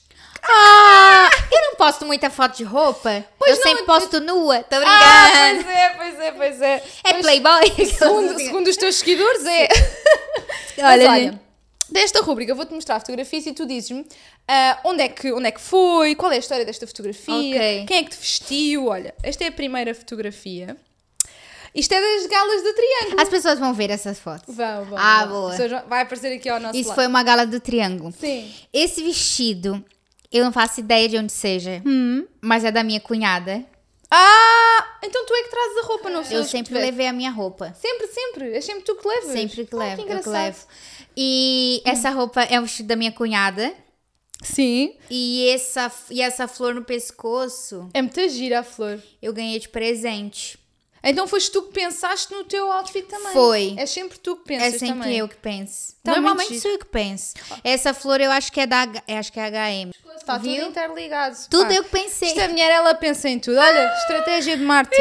Eu não posto muita foto de roupa. Pois eu não, sempre posto nua. Tô Ah, brincando. pois é. É Playboy? Segundo os teus seguidores, é. Olha, Mas gente. desta rúbrica eu vou-te mostrar fotografias e tu dizes-me onde é que foi, qual é a história desta fotografia, Ok. quem é que te vestiu. Olha, esta é a primeira fotografia. Isto é das galas do Triângulo. As pessoas vão ver essas fotos. Vão. Ah, boa. As pessoas vai aparecer aqui ao nosso Isso lado. foi uma gala do Triângulo. Sim. Esse vestido, eu não faço ideia de onde seja, mas é da minha cunhada. Ah, então tu é que trazes a roupa, não sei. Eu sempre levei a minha roupa. Sempre. É sempre tu que levas. Sempre que Ah, levo, que eu que engraçado. levo. E essa roupa é um vestido da minha cunhada. Sim. E essa flor no pescoço, É muita gira a flor. eu ganhei de presente. Então foste tu que pensaste no teu outfit também. Foi. É sempre tu que É pensas sempre também. eu que penso. Tá muito Normalmente giro. sou eu que penso. Essa flor eu acho que é acho que é HM. Está tudo Viu? interligado. Tudo Pá, eu que pensei. esta mulher, ela pensa em tudo. Olha, estratégia de marketing.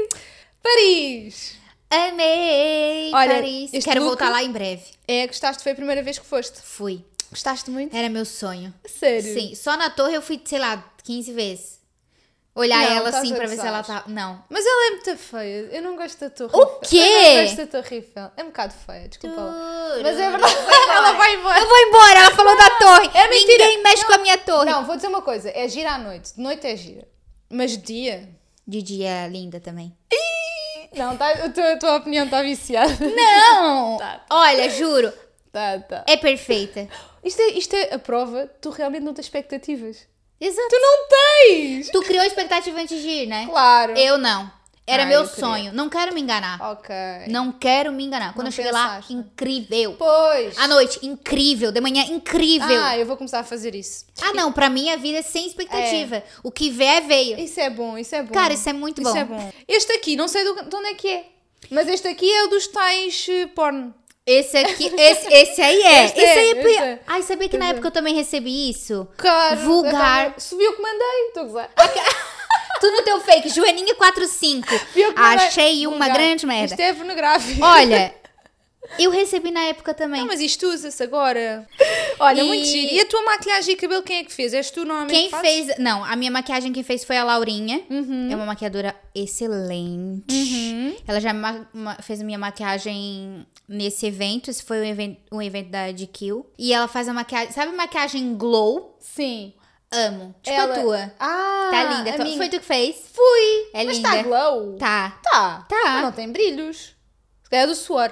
Paris. Amei Olha, Paris. este Quero look- voltar lá em breve. Gostaste? Foi a primeira vez que foste? Fui. Gostaste muito? Era meu sonho. Sério? Sim. Só na torre eu fui, sei lá, 15 vezes. Olhar Não, ela estás assim a pra ver se ela gozar. tá... Não. Mas ela é muito feia. Eu não gosto da Torre O Eiffel. quê? Eu não gosto da Torre Eiffel. É um bocado feia, desculpa lá. Mas é verdade. Ela vai embora. Eu vou embora, ela falou da torre. É mentira. Ninguém mexe com a minha torre. Não, vou dizer uma coisa. É gira à noite. De noite é gira. Mas de dia... De dia linda também. Não, a tua opinião está viciada. Não! Tá. Olha, juro, Tá. é perfeita. Isto é a prova. Tu realmente não tens expectativas. Exato. Tu não tens! Tu criou expectativa antes de ir, né? Claro. Eu não. Era Ah, meu eu queria. sonho. Não quero me enganar. Ok. Não quero me enganar. Quando Não eu cheguei lá, pensaste. incrível. Pois. À noite, incrível. De manhã, incrível. Ah, eu vou começar a fazer isso. Não, pra mim a vida é sem expectativa. O que vier, veio. Isso é bom. Cara, isso é muito Isso bom. é bom. Este aqui, não sei de onde é que é. Mas este aqui é o dos tais porno. Esse aqui, esse aí é. Este esse aí é, é. este é. Ai, sabia que na Este é. época eu também recebi isso? Cara, Vulgar. Subi o que mandei. Estou a gozar. Tu no teu fake, Joaninha 45. Vi o que mandei. Achei uma Vulgar. grande merda. Isto é pornográfico. Olha, eu recebi na época também. Não, mas isto usa-se agora. Olha, E- muito giro. E a tua maquilhagem e cabelo, quem é que fez? És tu normalmente Quem que fazes? fez. Não, a minha maquiagem quem fez foi a Laurinha. Uhum. É uma maquiadora excelente. Ela já fez a minha maquiagem nesse evento. Esse foi um evento da GQ. E ela faz a maquiagem. Sabe maquiagem glow? Sim. Amo. Tipo Ela- a tua. Ah, Tá linda. a minha- Foi tu que fez? Fui. É Mas linda. está glow? Tá. Tá. Tá. Mas não tem brilhos. Se calhar é do suor.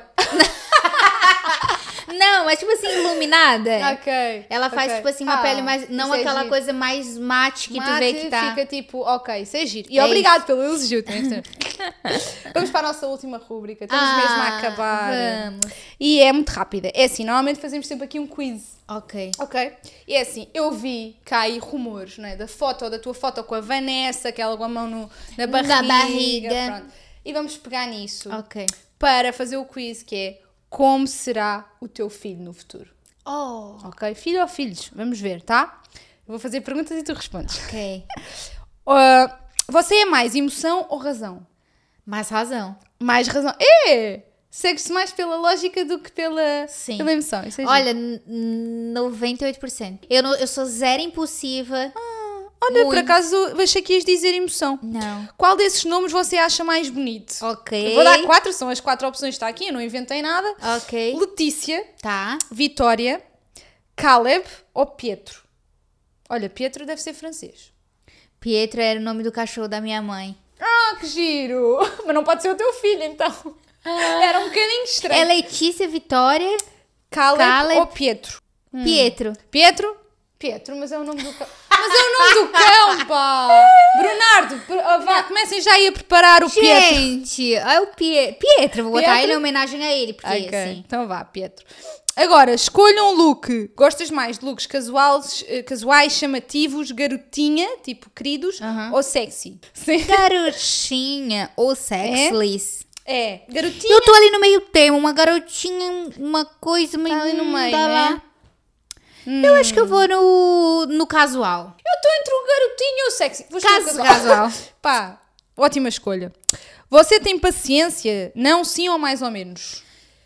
Não, mas tipo assim, iluminada. Ok. Ela faz, ok. tipo assim, uma pele mais. Não isso é aquela giro. coisa mais mate que tu vê que tá. Fica tipo, ok, isso é giro. E É obrigado pelo elogio. Vamos para a nossa última rúbrica. Estamos mesmo a acabar. Vamos. E é muito rápida. É assim, normalmente fazemos sempre aqui um quiz. Ok. Ok? E é assim, eu vi cá aí rumores, não é? Da tua foto com a Vanessa, aquela com a mão na barriga. barriga. Pronto. E vamos pegar nisso Ok. para fazer o quiz que é como será o teu filho no futuro? Oh. Ok? Filho ou filhos? Vamos ver, tá? Eu vou fazer perguntas e tu respondes. Ok. Você é mais emoção ou razão? Mais razão. Mais razão. Segue-se mais pela lógica do que pela Sim. emoção. Isso é giro. Olha, 98%. Eu sou zero impulsiva. Olha, por muito. acaso achei que ias dizer emoção. Não. Qual desses nomes você acha mais bonito? Ok. Eu vou dar 4, são as 4 opções que está aqui, eu não inventei nada. Ok. Letícia, Tá. Vitória, Caleb ou Pietro? Olha, Pietro deve ser francês. Pietro era o nome do cachorro da minha mãe. Ah, que giro! Mas não pode ser o teu filho, então. Era um bocadinho estranho. É Letícia, Vitória, Caleb ou Pietro? Pietro. Pietro? Pietro, mas é o nome do cão. Mas é o nome do cão, pá! Bernardo, vá, comecem já aí a preparar o Pietro. Gente, é o Pietro. Vou botar Pietro? ele em homenagem a ele, porque Ok, assim. então vá, Pietro. Agora, escolha um look. Gostas mais de looks casuais, chamativos, garotinha, tipo queridos, ou sexy? Sim. Garotinha ou sexless. É, garotinha. Eu tô ali no meio termo, uma garotinha, uma coisa meio... Tá ali no meio, tá lá. né? Eu acho que eu vou no casual. Eu tô entre o garotinho e o sexy. Vou escolher o Casual. Pá, ótima escolha. Você tem paciência? Não, sim ou mais ou menos?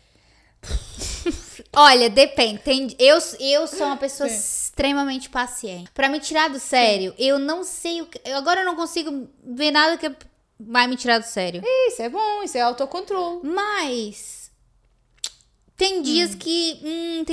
Olha, depende. Eu sou uma pessoa extremamente paciente. Pra me tirar do sério, eu não sei o que... Agora eu não consigo ver nada que vai me tirar do sério. Isso é bom, isso é autocontrole. Mas tem dias que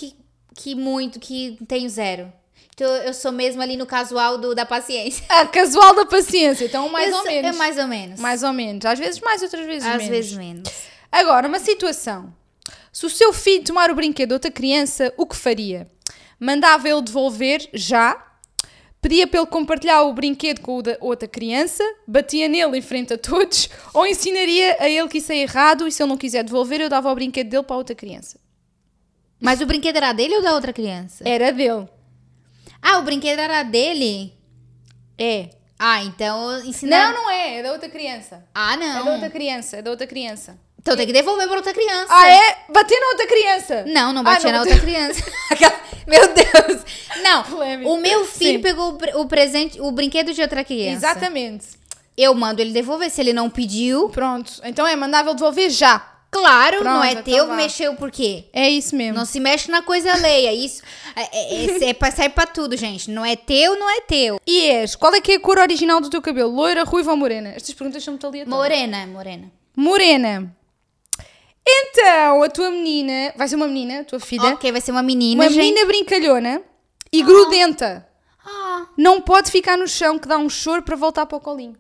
tenho zero. Então eu sou mesmo ali no casual da paciência. Ah, casual da paciência, então mais ou menos. É mais ou menos. Mais ou menos. Às vezes mais, outras vezes menos. Às vezes menos. Agora, uma situação. Se o seu filho tomar o brinquedo de outra criança, o que faria? Mandava ele devolver já? Pedia para ele compartilhar o brinquedo com o da outra criança? Batia nele em frente a todos? Ou ensinaria a ele que isso é errado e se ele não quiser devolver, eu dava o brinquedo dele para a outra criança? Mas o brinquedo era dele ou da outra criança? Era dele. Ah, o brinquedo era dele? É. Ah, então ensinar... Não é. É da outra criança. Ah, não. É da outra criança. É da outra criança. Então tem que devolver para outra criança. Ah, é? Bater na outra criança? Não batia na bateu. outra criança. Meu Deus. Não, Polêmico. o meu filho Sim. pegou o presente, o brinquedo de outra criança. Exatamente. Eu mando ele devolver. Se ele não pediu, Pronto. Então é mandava ele devolver já. claro, Pronto, não é então teu, vá. mexeu por quê? É isso mesmo. Não se mexe na coisa alheia. Isso sai pra tudo, gente. Não é teu, não é teu. E qual é que é a cor original do teu cabelo? Loira, ruiva ou morena? Estas perguntas são muito aleatórias. Morena. Morena. Então, a tua menina... Vai ser uma menina, a tua filha. Ok, vai ser uma menina, Uma gente. menina brincalhona e grudenta. Ah, Não pode ficar no chão que dá um choro para voltar para o colinho.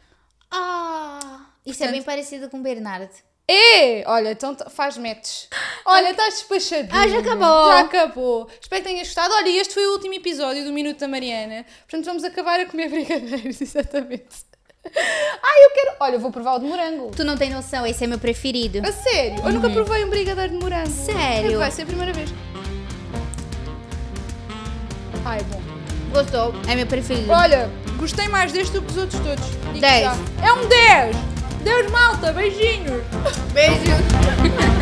Isso é bem parecido com o Bernardo. Olha, então faz match. Olha, estás despachadinho. Ah, já acabou. Já acabou. Espero que tenhas gostado. Olha, este foi o último episódio do Minuto da Mariana. Portanto, vamos acabar a comer brigadeiros, exatamente. Eu quero... Olha, eu vou provar o de morango. Tu não tem noção, esse é meu preferido. A sério? Eu nunca provei um brigadeiro de morango. Sério? Vai ser a primeira vez. É bom. Gostou? É meu preferido. Olha, gostei mais deste do que dos outros todos. Digo 10. já. É um 10. 10, malta. Beijinhos. Beijo.